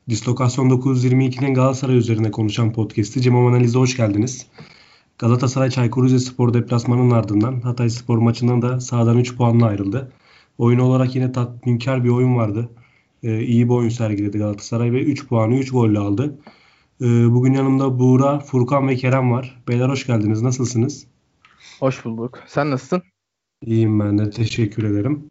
Dislokasyon 922'nin Galatasaray üzerine konuşan podcast'i Cemom Analiz'e hoş geldiniz. Galatasaray Çaykur Rizespor deplasmanının ardından Hatayspor maçından da sahadan 3 puanla ayrıldı. Oyun olarak yine tatminkar bir oyun vardı. İyi bir oyun sergiledi Galatasaray ve 3 puanı 3 golle aldı. Bugün yanımda Buğra, Furkan ve Kerem var. Beyler hoş geldiniz. Nasılsınız? Hoş bulduk. Sen nasılsın? İyiyim ben de. Teşekkür ederim.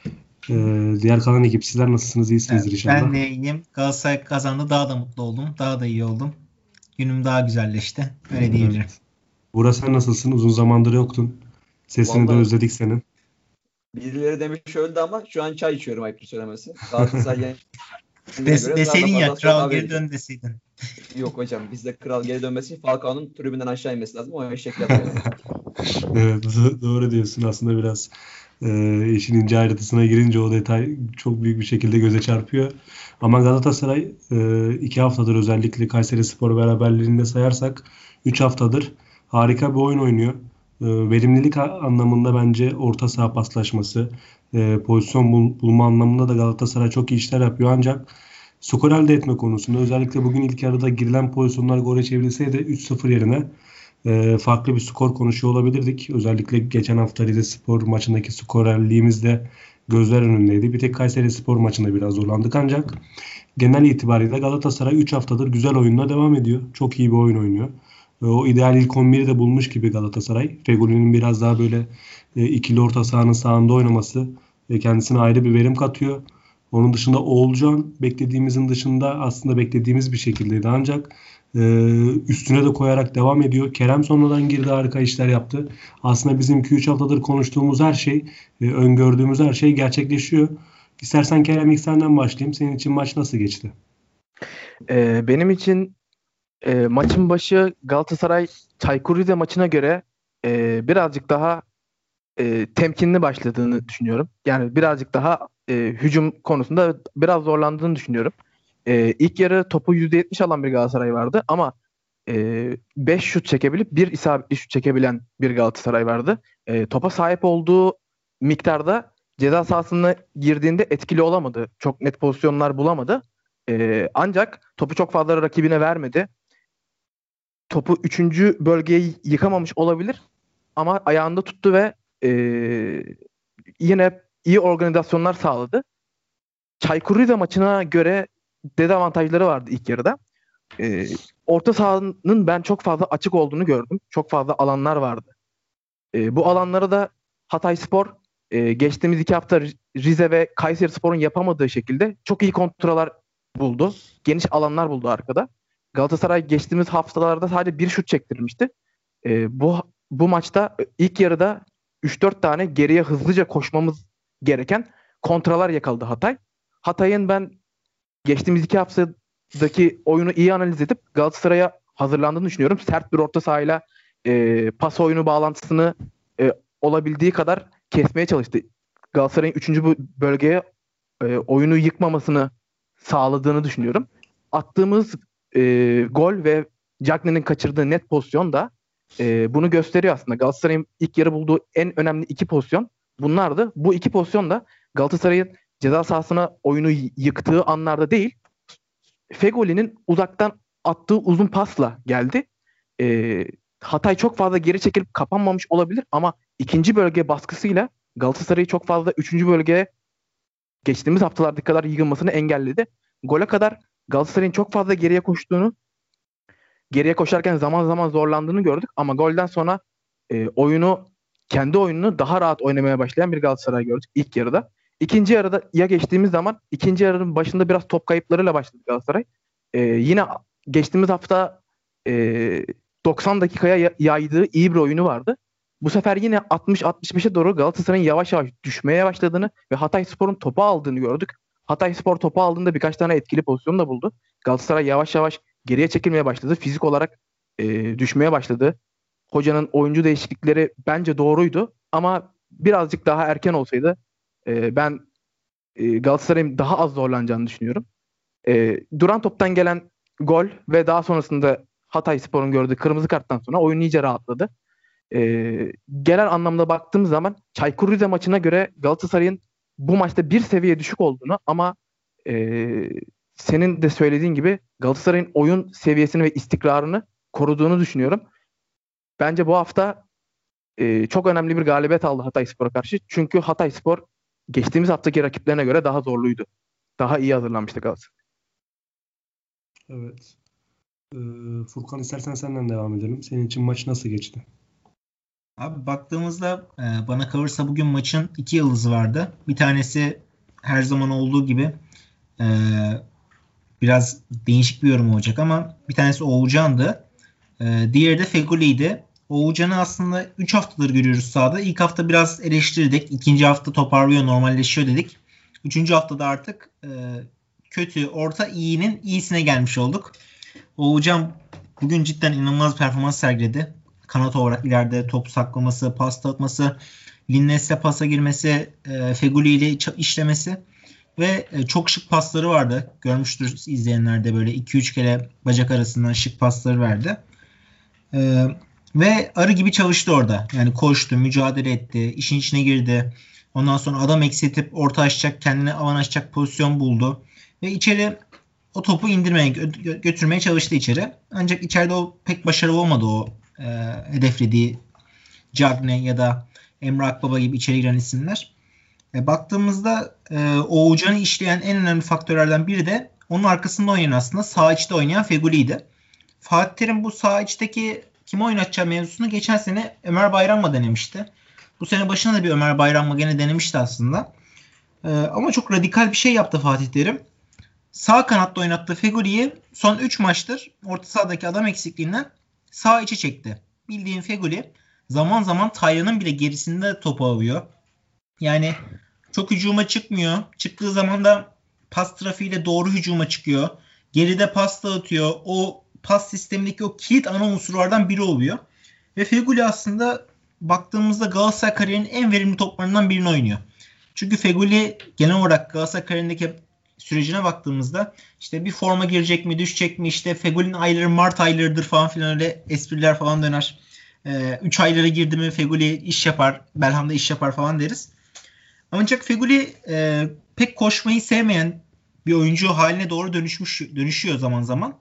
Diğer kalan ekip sizler nasılsınız? İyisinizdir Ben inşallah. de iyiyim. Galatasaray kazandı. Daha da mutlu oldum. Daha da iyi oldum. Günüm daha güzelleşti. Öyle diyebilirim. Evet. Buğra sen nasılsın? Uzun zamandır yoktun. Sesini de Vallahi özledik senin. birileri demiş öldü ama şu an çay içiyorum ayıptır söylemesi. Galatasaray yendiğine göre daha da Deseydin ya fazla sonra kral kahve geri içeceğim. dön deseydin. Yok hocam bizde kral geri dönmesi Falcao'nun tribünden aşağı inmesi lazım. O eşek yapıyor. Evet, doğru diyorsun. Aslında biraz işin ince ayrıntısına girince o detay çok büyük bir şekilde göze çarpıyor. Ama Galatasaray 2 haftadır özellikle Kayserispor beraberliğinde sayarsak 3 haftadır harika bir oyun oynuyor. Verimlilik anlamında bence orta saha paslaşması, pozisyon bulma anlamında da Galatasaray çok iyi işler yapıyor. Ancak skor elde etme konusunda özellikle bugün ilk yarıda girilen pozisyonlar gole çevrilseydi 3-0 yerine farklı bir skor konuşuyor olabilirdik. Özellikle geçen hafta Rizespor maçındaki skorerliğimiz de gözler önündeydi. Bir tek Kayserispor maçında biraz zorlandık ancak genel itibariyle Galatasaray 3 haftadır güzel oyunla devam ediyor. Çok iyi bir oyun oynuyor. O ideal ilk 11'i de bulmuş gibi Galatasaray. Fegoli'nin biraz daha böyle ikili orta sahanın sağında oynaması kendisine ayrı bir verim katıyor. Onun dışında Oğulcan beklediğimizin dışında aslında beklediğimiz bir şekildeydi. Ancak üstüne de koyarak devam ediyor. Kerem sonradan girdi, harika işler yaptı. Aslında bizim 2-3 haftadır konuştuğumuz her şey, öngördüğümüz her şey gerçekleşiyor. İstersen Kerem ilk senden başlayayım. Senin için maç nasıl geçti? Benim için maçın başı Galatasaray Çaykur Rize maçına göre birazcık daha temkinli başladığını düşünüyorum. Yani birazcık daha hücum konusunda biraz zorlandığını düşünüyorum. İlk yarı topu %70 alan bir Galatasaray vardı ama 5 şut çekebilip bir isabetli şut çekebilen bir Galatasaray vardı. Topa sahip olduğu miktarda ceza sahasına girdiğinde etkili olamadı. Çok net pozisyonlar bulamadı. Ancak topu çok fazla rakibine vermedi. Topu üçüncü bölgeyi yıkamamış olabilir ama ayağında tuttu ve e, yine iyi organizasyonlar sağladı. Çaykur Rize maçına göre dezavantajları vardı ilk yarıda. E, Orta sahanın ben çok fazla açık olduğunu gördüm. Çok fazla alanlar vardı. Bu alanları da Hatayspor geçtiğimiz 2 hafta Rize ve Kayserispor'un yapamadığı şekilde çok iyi kontralar buldu. Geniş alanlar buldu arkada. Galatasaray geçtiğimiz haftalarda sadece bir şut çektirmişti. Bu maçta ilk yarıda 3-4 tane geriye hızlıca koşmamız gereken kontralar yakaladı Hatay. Hatay'ın ben geçtiğimiz 2 haftadaki oyunu iyi analiz edip Galatasaray'a hazırlandığını düşünüyorum. Sert bir orta sahayla pas oyunu bağlantısını olabildiği kadar kesmeye çalıştı. Galatasaray'ın 3. bölgeye oyunu yıkmamasını sağladığını düşünüyorum. Attığımız gol ve Cagney'in kaçırdığı net pozisyon da bunu gösteriyor aslında. Galatasaray'ın ilk yarı bulduğu en önemli 2 pozisyon bunlardı. Bu 2 pozisyon da Galatasaray'ın ceza sahasına oyunu yıktığı anlarda değil, Fegoli'nin uzaktan attığı uzun pasla geldi. E, Hatay çok fazla geri çekilip kapanmamış olabilir ama ikinci bölge baskısıyla Galatasaray'ı çok fazla üçüncü bölgeye geçtiğimiz haftalardaki kadar yığılmasını engelledi. Gole kadar Galatasaray'ın çok fazla geriye koştuğunu, geriye koşarken zaman zaman zorlandığını gördük ama golden sonra kendi oyununu daha rahat oynamaya başlayan bir Galatasaray gördük ilk yarıda. İkinci yarıda ya geçtiğimiz zaman ikinci yarının başında biraz top kayıplarıyla başladı Galatasaray. Yine geçtiğimiz hafta e, 90 dakikaya yaydığı iyi bir oyunu vardı. Bu sefer yine 60-65'e doğru Galatasaray'ın yavaş yavaş düşmeye başladığını ve Hatayspor'un topu aldığını gördük. Hatayspor topu aldığında birkaç tane etkili pozisyon da buldu. Galatasaray yavaş yavaş geriye çekilmeye başladı. Fizik olarak düşmeye başladı. Hocanın oyuncu değişiklikleri bence doğruydu ama birazcık daha erken olsaydı ben Galatasaray'ın daha az zorlanacağını düşünüyorum. Duran toptan gelen gol ve daha sonrasında Hatayspor'un gördüğü kırmızı karttan sonra oyun iyice rahatladı. Genel anlamda baktığımız zaman Çaykur Rize maçına göre Galatasaray'ın bu maçta bir seviye düşük olduğunu ama e, senin de söylediğin gibi Galatasaray'ın oyun seviyesini ve istikrarını koruduğunu düşünüyorum. Bence bu hafta çok önemli bir galibiyet aldı Hatayspor'a karşı. Çünkü Hatayspor geçtiğimiz haftaki rakiplerine göre daha zorluydu. Daha iyi hazırlanmıştı Galatasaray. Evet. Furkan, istersen senden devam edelim. Senin için maç nasıl geçti? Abi baktığımızda bana kalırsa bugün maçın 2 yıldızı vardı. Bir tanesi her zaman olduğu gibi e, biraz değişik bir yorum olacak ama bir tanesi Oğulcan'dı. Diğeri de Fegüli'ydi. Oğulcan'ı aslında 3 haftadır görüyoruz sahada. İlk hafta biraz eleştirdik. İkinci hafta toparlıyor, normalleşiyor dedik. Üçüncü haftada artık kötü, orta, iyinin iyisine gelmiş olduk. Oğulcan bugün cidden inanılmaz bir performans sergiledi. Kanat olarak ileride top saklaması, pas atması, Linnes'le pasa girmesi, Feguli ile işlemesi ve çok şık pasları vardı. Görmüştür izleyenler de, böyle 2-3 kere bacak arasından şık pasları verdi. Ve arı gibi çalıştı orada. Yani koştu, mücadele etti, işin içine girdi. Ondan sonra adam eksiltip orta açacak, kendine alan açacak pozisyon buldu. Ve içeri o topu indirmeye, götürmeye çalıştı içeri. Ancak içeride o pek başarılı olmadı, o hedeflediği Cagne ya da Emre Akbaba gibi içeri giren isimler. Baktığımızda Oğulcan'ı işleyen en önemli faktörlerden biri de onun arkasında oynayan, aslında sağ içte oynayan Fegüli'ydi. Fatih Terim bu sağ içteki kimi oynatacağı mevzusunu geçen sene Ömer Bayram'la denemişti. Bu sene başına da bir Ömer Bayram'la gene denemişti aslında. Ama çok radikal bir şey yaptı Fatih Terim. Sağ kanatta oynattığı Fegüli'yi son 3 maçtır orta sahadaki adam eksikliğinden sağ içe çekti. Bildiğin Fegüli zaman zaman Taylan'ın bile gerisinde topu alıyor. Yani çok hücuma çıkmıyor. Çıktığı zaman da pas trafiğiyle doğru hücuma çıkıyor. Geride pas dağıtıyor. O pas sistemindeki o kilit ana unsurlardan biri oluyor. Ve Fegüli aslında baktığımızda Galatasaray kariyerinin en verimli toplarından birini oynuyor. Çünkü Fegüli genel olarak Galatasaray kariyerindeki sürecine baktığımızda işte bir forma girecek mi, düşecek mi, işte Fegüli'nin ayları Mart aylarıdır falan filan, öyle espriler falan döner. 3 aylara girdi mi Fegüli iş yapar, Belhanda iş yapar falan deriz. Ancak Fegüli pek koşmayı sevmeyen bir oyuncu haline doğru dönüşüyor zaman zaman.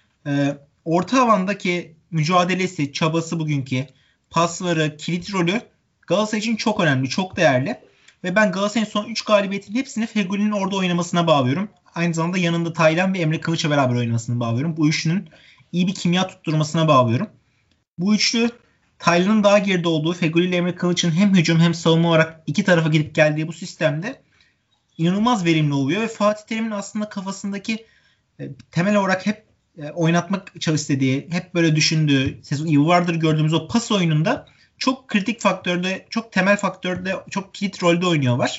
Orta alandaki mücadelesi, çabası, bugünkü pasları, kilit rolü Galatasaray için çok önemli, çok değerli. Ve ben Galatasaray'ın son 3 galibiyetin hepsini Fegüli'nin orada oynamasına bağlıyorum. Aynı zamanda yanında Taylan ve Emre Kılıç'la beraber oynamasına bağlıyorum. Bu üçlünün iyi bir kimya tutturmasına bağlıyorum. Bu üçlü, Taylan'ın daha geride olduğu, Fegüli ile Emre Kılıç'ın hem hücum hem savunma olarak iki tarafa gidip geldiği bu sistemde inanılmaz verimli oluyor ve Fatih Terim'in aslında kafasındaki temel olarak hep oynatmak istediği, hep böyle düşündüğü, yıllardır gördüğümüz o pas oyununda çok kritik faktörde, çok temel faktörde, çok kilit rolde oynuyorlar.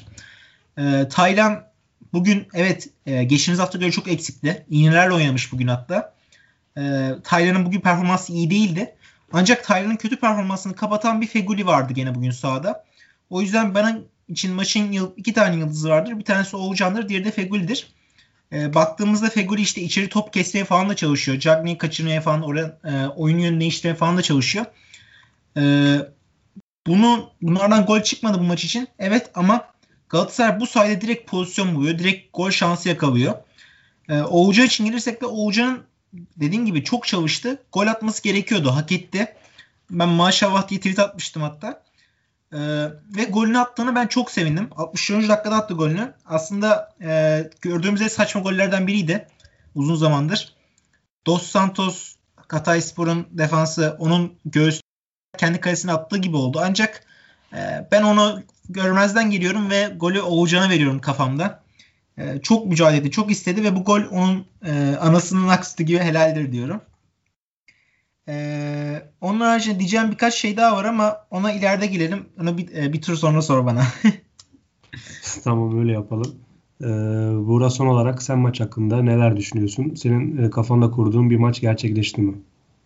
Taylan bugün evet geçtiğimiz hafta göre çok eksikti. İğnelerle oynamış bugün hatta. Taylan'ın bugün performansı iyi değildi. Ancak Taylan'ın kötü performansını kapatan bir Fegüli vardı gene bugün sahada. O yüzden benim için maçın 2 tane yıldızı vardır. Bir tanesi Oğulcan'dır, diğeri de Fegüli'dir. Baktığımızda Fegüli işte içeri top kesmeye falan da çalışıyor. Cagney'i kaçırmaya falan, oraya oyun yönünü değiştirmeye falan da çalışıyor. Bunlardan gol çıkmadı bu maç için. Evet, ama Galatasaray bu sayede direkt pozisyon buluyor. Direkt gol şansı yakalıyor. Oğulcan için gelirsek de Oğulcan'ın dediğim gibi çok çalıştı. Gol atması gerekiyordu. Hak etti. Ben maşallah diye tweet atmıştım hatta. Ve golünü attığını ben çok sevindim. 60. dakikada attı golünü. Aslında gördüğümüz en saçma gollerden biriydi. Uzun zamandır. Dos Santos, Hatayspor'un defansı onun göğüs kendi kalesine attığı gibi oldu. Ancak ben onu görmezden geliyorum ve golü Oğulcan'a veriyorum kafamda. Çok mücadele etti, çok istedi ve bu gol onun anasının aksı gibi helaldir diyorum. Onun haricinde diyeceğim birkaç şey daha var ama ona ileride gelelim. Onu bir tur sonra sor bana. Tamam, öyle yapalım. Buğra, son olarak sen maç hakkında neler düşünüyorsun? Senin kafanda kurduğun bir maç gerçekleşti mi?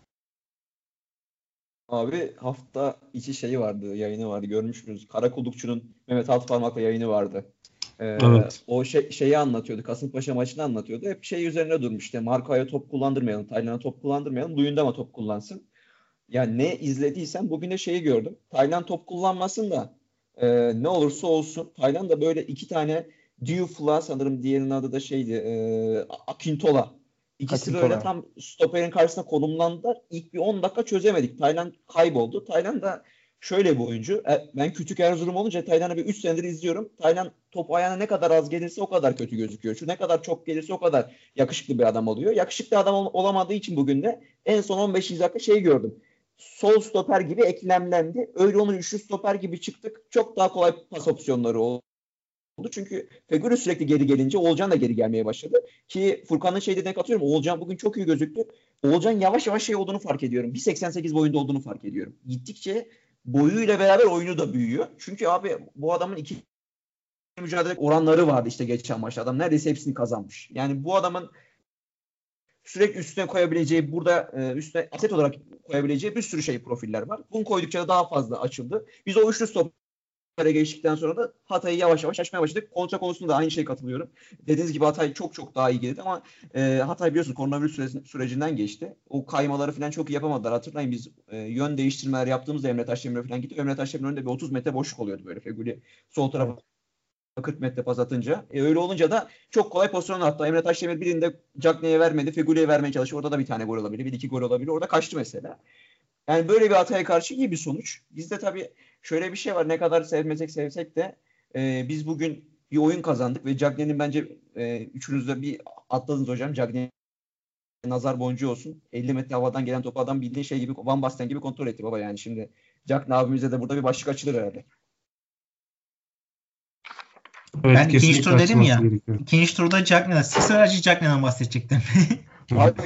Abi hafta içi şeyi vardı, yayını vardı, görmüşsünüz. Karakullukçu'nun Mehmet Altıparmak'la yayını vardı. Evet. O şeyi anlatıyordu. Kasımpaşa maçını anlatıyordu. Hep şey üzerine durmuş. İşte Marco'ya top kullandırmayalım. Taylan'a top kullandırmayalım. Luyendam'a top kullansın. Yani ne izlediysen bugün de şeyi gördüm. Taylan top kullanmasın da ne olursa olsun. Taylan da böyle iki tane Diouf'la sanırım diğerinin adı da şeydi. Akintola. İkisi Akintola. böyle tam stoperin karşısına konumlandılar. İlk bir 10 dakika çözemedik. Taylan kayboldu. Taylan da şöyle bir oyuncu. Ben küçük Erzurum olunca Taylan'ı bir 3 senedir izliyorum. Taylan top ayağına ne kadar az gelirse o kadar kötü gözüküyor. Şu ne kadar çok gelirse o kadar yakışıklı bir adam oluyor. Yakışıklı adam olamadığı için bugün de en son 15 dakika şey gördüm. Sol stoper gibi eklemlendi. Öyle onun üçlü stoper gibi çıktık. Çok daha kolay pas opsiyonları oldu. Çünkü Fegüli sürekli geri gelince Oğulcan da geri gelmeye başladı. Ki Furkan'ın şey dediğine katılıyorum. Oğulcan bugün çok iyi gözüktü. Oğulcan yavaş yavaş şey olduğunu fark ediyorum. 1.88 boyunda olduğunu fark ediyorum. Gittikçe boyuyla beraber oyunu da büyüyor. Çünkü abi bu adamın iki mücadele oranları vardı işte geçen maçta. Adam neredeyse hepsini kazanmış. Yani bu adamın sürekli üstüne koyabileceği, burada üstüne aset olarak koyabileceği bir sürü profiller var. Bunu koydukça da daha fazla açıldı. Biz o üçlü stopere geçtikten sonra da Hatay'ı yavaş yavaş açmaya başladık. Kontra konusunda da aynı şeye katılıyorum. Dediğiniz gibi Hatay çok çok daha iyi geldi ama Hatay biliyorsunuz koronavirüs sürecinden geçti. O kaymaları falan çok iyi yapamadılar. Hatırlayın biz yön değiştirmeler yaptığımızda Emre Taşdemir'e falan gitti. Emre Taşdemir'in önünde bir 30 metre boşluk oluyordu böyle. Feguli sol tarafa 40 metre pas atınca. Öyle olunca da çok kolay pozisyon attı. Emre Taşdemir birinde Cagney'e vermedi. Feguli'ye vermeye çalıştı. Orada da bir tane gol olabilir. Bir iki gol olabilir. Orada kaçtı mesela. Yani böyle bir Hatay'a karşı iyi bir sonuç. Bizde tabii şöyle bir şey var. Ne kadar sevsek de biz bugün bir oyun kazandık ve Cagney'in bence üçünüzde bir atladınız hocam. Cagney nazar boncuğu olsun. 50 metre havadan gelen topu adam bildiğin şey gibi Van Basten gibi kontrol etti baba yani. Şimdi Cagney abimize de burada bir başlık açılır herhalde. Evet, Ben ikinci kesinlikle tur dedim ya. açılması gerekiyor. İkinci turda Cagney'den. Sıraç Cagney'den bahsedecektim. Abi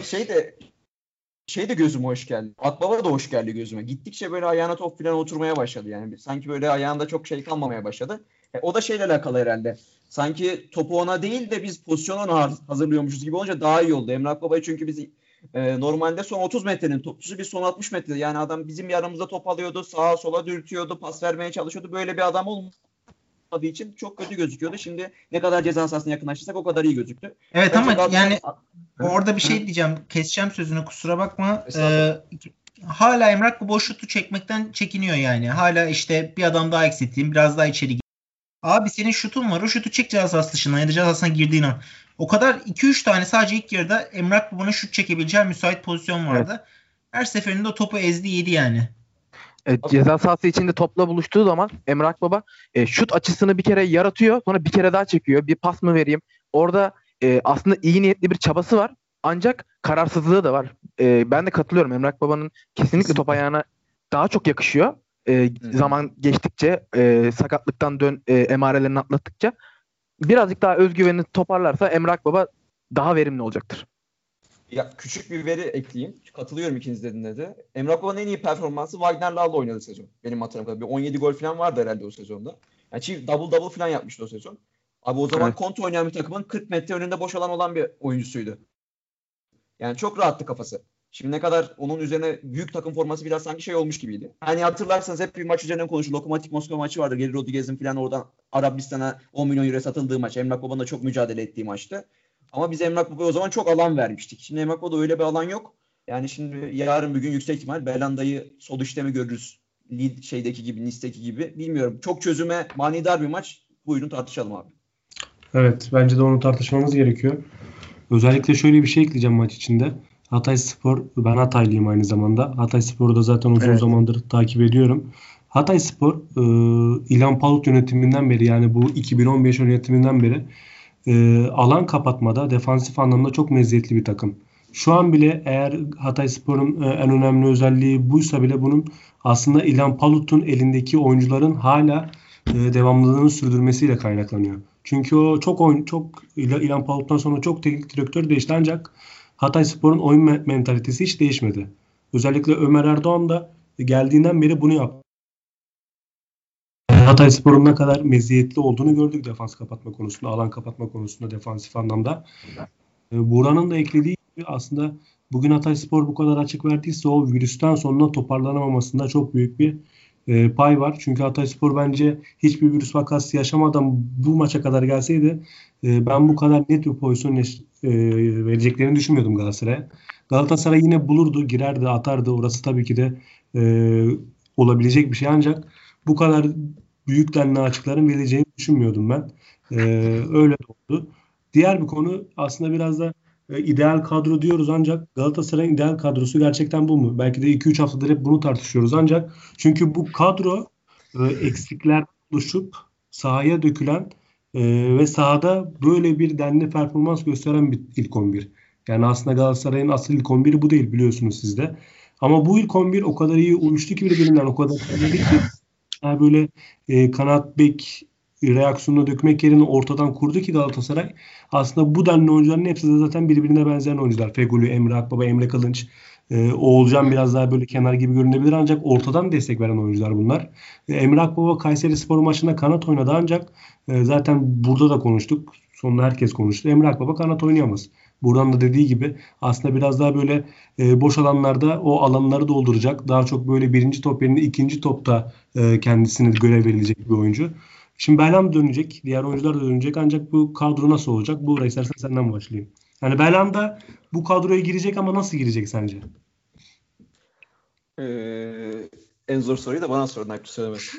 şey de gözüme hoş geldi. Akbaba da hoş geldi gözüme. Gittikçe böyle ayağına top falan oturmaya başladı yani. Sanki böyle ayağında çok şey kalmamaya başladı. O da şeyle alakalı herhalde. Sanki topu ona değil de biz pozisyonu ona hazırlıyormuşuz gibi olunca daha iyi oldu. Emre Akbaba'yı çünkü biz normalde son 30 metrenin topçusu, biz son 60 metre. Yani adam bizim yanımızda top alıyordu, sağa sola dürtüyordu, pas vermeye çalışıyordu. Böyle bir adam olmadığı için çok kötü gözüküyordu. Şimdi ne kadar ceza sahasına yakınlaştırsak o kadar iyi gözüktü. Evet Bence ama Galatasaray... yani orada bir şey diyeceğim. Keseceğim sözünü, kusura bakma. Hala Emrah bu boş şutu çekmekten çekiniyor yani. Hala işte bir adam daha eksilteyim, biraz daha içeri git. Abi senin şutun var. O şutu çek ceza sahası dışına ya da ceza sahasına girdiğin an. O kadar 2-3 tane sadece ilk yarıda Emrah Baba'nın şut çekebileceği müsait pozisyon vardı. Evet. Her seferinde o topu ezdi yedi yani. Ceza sahası içinde topla buluştuğu zaman Emre Akbaba şut açısını bir kere yaratıyor. Sonra bir kere daha çekiyor. Bir pas mı vereyim? Orada aslında iyi niyetli bir çabası var. Ancak kararsızlığı da var. Ben de katılıyorum. Emre Akbaba'nın kesinlikle top ayağına daha çok yakışıyor. Zaman geçtikçe sakatlıktan emarelerini atlattıkça birazcık daha özgüvenini toparlarsa Emre Akbaba daha verimli olacaktır. Ya küçük bir veri ekleyeyim. Katılıyorum ikiniz dediğine de. Emre Akbaba'nın en iyi performansı Wagner Lağ'la oynadı sezon. Benim hatırladığım kadarıyla. Bir 17 gol falan vardı herhalde o sezonda. Yani çift double falan yapmıştı o sezon. Abi o zaman kontra oynayan bir takımın 40 metre önünde boş olan bir oyuncusuydu. Yani çok rahattı kafası. Şimdi ne kadar onun üzerine büyük takım forması biraz sanki şey olmuş gibiydi. Hani hatırlarsanız hep bir maç üzerinden konuşulur. Lokomotiv Moskova maçı vardı. Geri Rodriguez'in falan oradan Arabistan'a 10 milyon euro satıldığı maç. Emre Akbaba'nın da çok mücadele ettiği maçtı. Ama biz Emre Akbaba'ya o zaman çok alan vermiştik. Şimdi Emre Akbaba'da öyle bir alan yok. Yani şimdi yarın bir gün yüksek ihtimal Belanda'yı sol üçte mi görürüz? Şeydeki gibi, Nice'deki gibi. Bilmiyorum. Çok çözüme manidar bir maç. Buyurun tartışalım abi. Evet, bence de onu tartışmamız gerekiyor. Özellikle şöyle bir şey ekleyeceğim maç içinde. Hatayspor, ben Hataylıyım aynı zamanda. Hatayspor'u da zaten uzun zamandır takip ediyorum. Hatayspor İlhan Palut yönetiminden beri, yani bu 2015 yönetiminden beri alan kapatmada defansif anlamda çok meziyetli bir takım. Şu an bile eğer Hatayspor'un en önemli özelliği buysa bile bunun aslında İlhan Palut'un elindeki oyuncuların hala devamlılığını sürdürmesiyle kaynaklanıyor. Çünkü o çok İlhan Palut'tan sonra çok teknik direktör değişti, ancak Hatayspor'un oyun mentalitesi hiç değişmedi. Özellikle Ömer Erdoğan da geldiğinden beri bunu yaptı. Hatayspor'un ne kadar meziyetli olduğunu gördük defans kapatma konusunda, alan kapatma konusunda, defansif anlamda. Buranın da eklediği gibi aslında bugün Hatayspor bu kadar açık verdiyse o virüsten sonra toparlanamamasında çok büyük bir pay var. Çünkü Hatayspor bence hiçbir virüs vakası yaşamadan bu maça kadar gelseydi ben bu kadar net bir pozisyon vereceklerini düşünmüyordum Galatasaray'a. Galatasaray yine bulurdu, girerdi, atardı. Orası tabii ki de olabilecek bir şey, ancak bu kadar büyük denli açıkların verileceğini düşünmüyordum ben. Öyle de oldu. Diğer bir konu aslında biraz da ideal kadro diyoruz ancak Galatasaray'ın ideal kadrosu gerçekten bu mu? Belki de 2-3 haftadır hep bunu tartışıyoruz ancak çünkü bu kadro eksikler oluşup sahaya dökülen ve sahada böyle bir denli performans gösteren bir ilk 11. Yani aslında Galatasaray'ın asıl ilk 11'i bu değil biliyorsunuz siz de. Ama bu ilk 11 o kadar iyi uyuştu ki birbirinden o kadar sevmedi ki daha böyle kanat bek reaksiyonuna dökmek yerine ortadan kurdu ki Galatasaray. Aslında bu denli oyuncuların hepsi de zaten birbirine benzeyen oyuncular. Feguli, Emre Akbaba, Emre Kılınç, Oğulcan biraz daha böyle kenar gibi görünebilir ancak ortadan destek veren oyuncular bunlar. Emre Akbaba Kayserispor maçında kanat oynadı ancak zaten burada da konuştuk. Sonunda herkes konuştu. Emre Akbaba kanat oynayamaz. Buradan da dediği gibi aslında biraz daha böyle boş alanlarda o alanları dolduracak. Daha çok böyle birinci top yerine ikinci topta kendisine görev verilecek bir oyuncu. Şimdi Belham dönecek. Diğer oyuncular da dönecek. Ancak bu kadro nasıl olacak? Buğra istersen senden başlayayım. Yani Belham da bu kadroya girecek ama nasıl girecek sence? En zor soruyu da bana sorun Alp söylemez.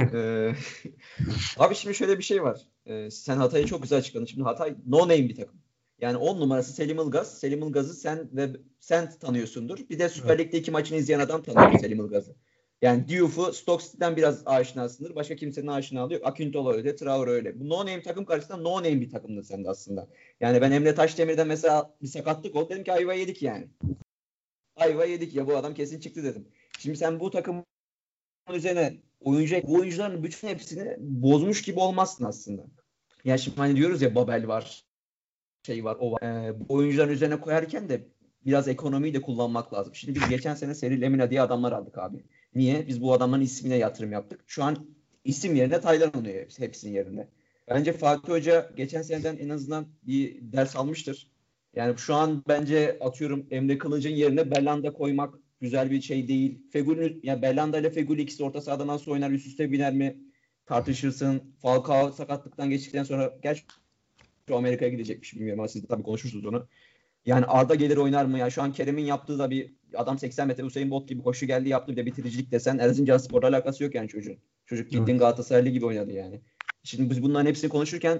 Abi şimdi şöyle bir şey var. Sen Hatay'ı çok güzel açıkladın. Şimdi Hatay no name bir takım. Yani 10 numarası Selim Ilgaz. Selim Ilgaz'ı sen tanıyorsundur. Bir de Süper Lig'de 2 maçını izleyen adam tanıyor Selim Ilgaz'ı. Yani Diouf'u Stoke City'den biraz aşinasındır. Başka kimsenin aşinalığı yok. Akintola öyle, Traore öyle. Bu no name takım karşısında no name bir takımdı sen de aslında. Yani ben Emre Taşdemir'den mesela bir sakatlık oldu. Dedim ki ayva yedik yani. Ayva yedik ya bu adam kesin çıktı dedim. Şimdi sen bu takım üzerine bu oyuncuların bütün hepsini bozmuş gibi olmazsın aslında. Ya şimdi hani diyoruz ya Babel var, şey var, o var. Bu oyuncuların üzerine koyarken de biraz ekonomiyi de kullanmak lazım. Şimdi biz geçen sene Seri Lemina diye adamlar aldık abi. Niye? Biz bu adamların ismine yatırım yaptık. Şu an isim yerine Taylan oluyor hepsinin yerine. Bence Fatih Hoca geçen seneden en azından bir ders almıştır. Yani şu an bence atıyorum Emre Kılıç'ın yerine Belhanda koymak güzel bir şey değil. Feguli, yani Belhanda ile Feguli ikisi orta sahada nasıl oynar, üst üste biner mi tartışırsın. Falcao sakatlıktan geçtikten sonra gerçi Amerika'ya gidecekmiş bilmiyorum ama siz de tabii konuşursunuz onu. Yani Arda gelir oynar mı ya? Şu an Kerem'in yaptığı da bir adam 80 metre Usain Bolt gibi koşu geldi yaptı bir de bitiricilik desen Erzincanspor'la alakası yok yani çocuğun. Çocuk bildiğin Galatasaraylı gibi oynadı yani. Şimdi biz bunların hepsini konuşurken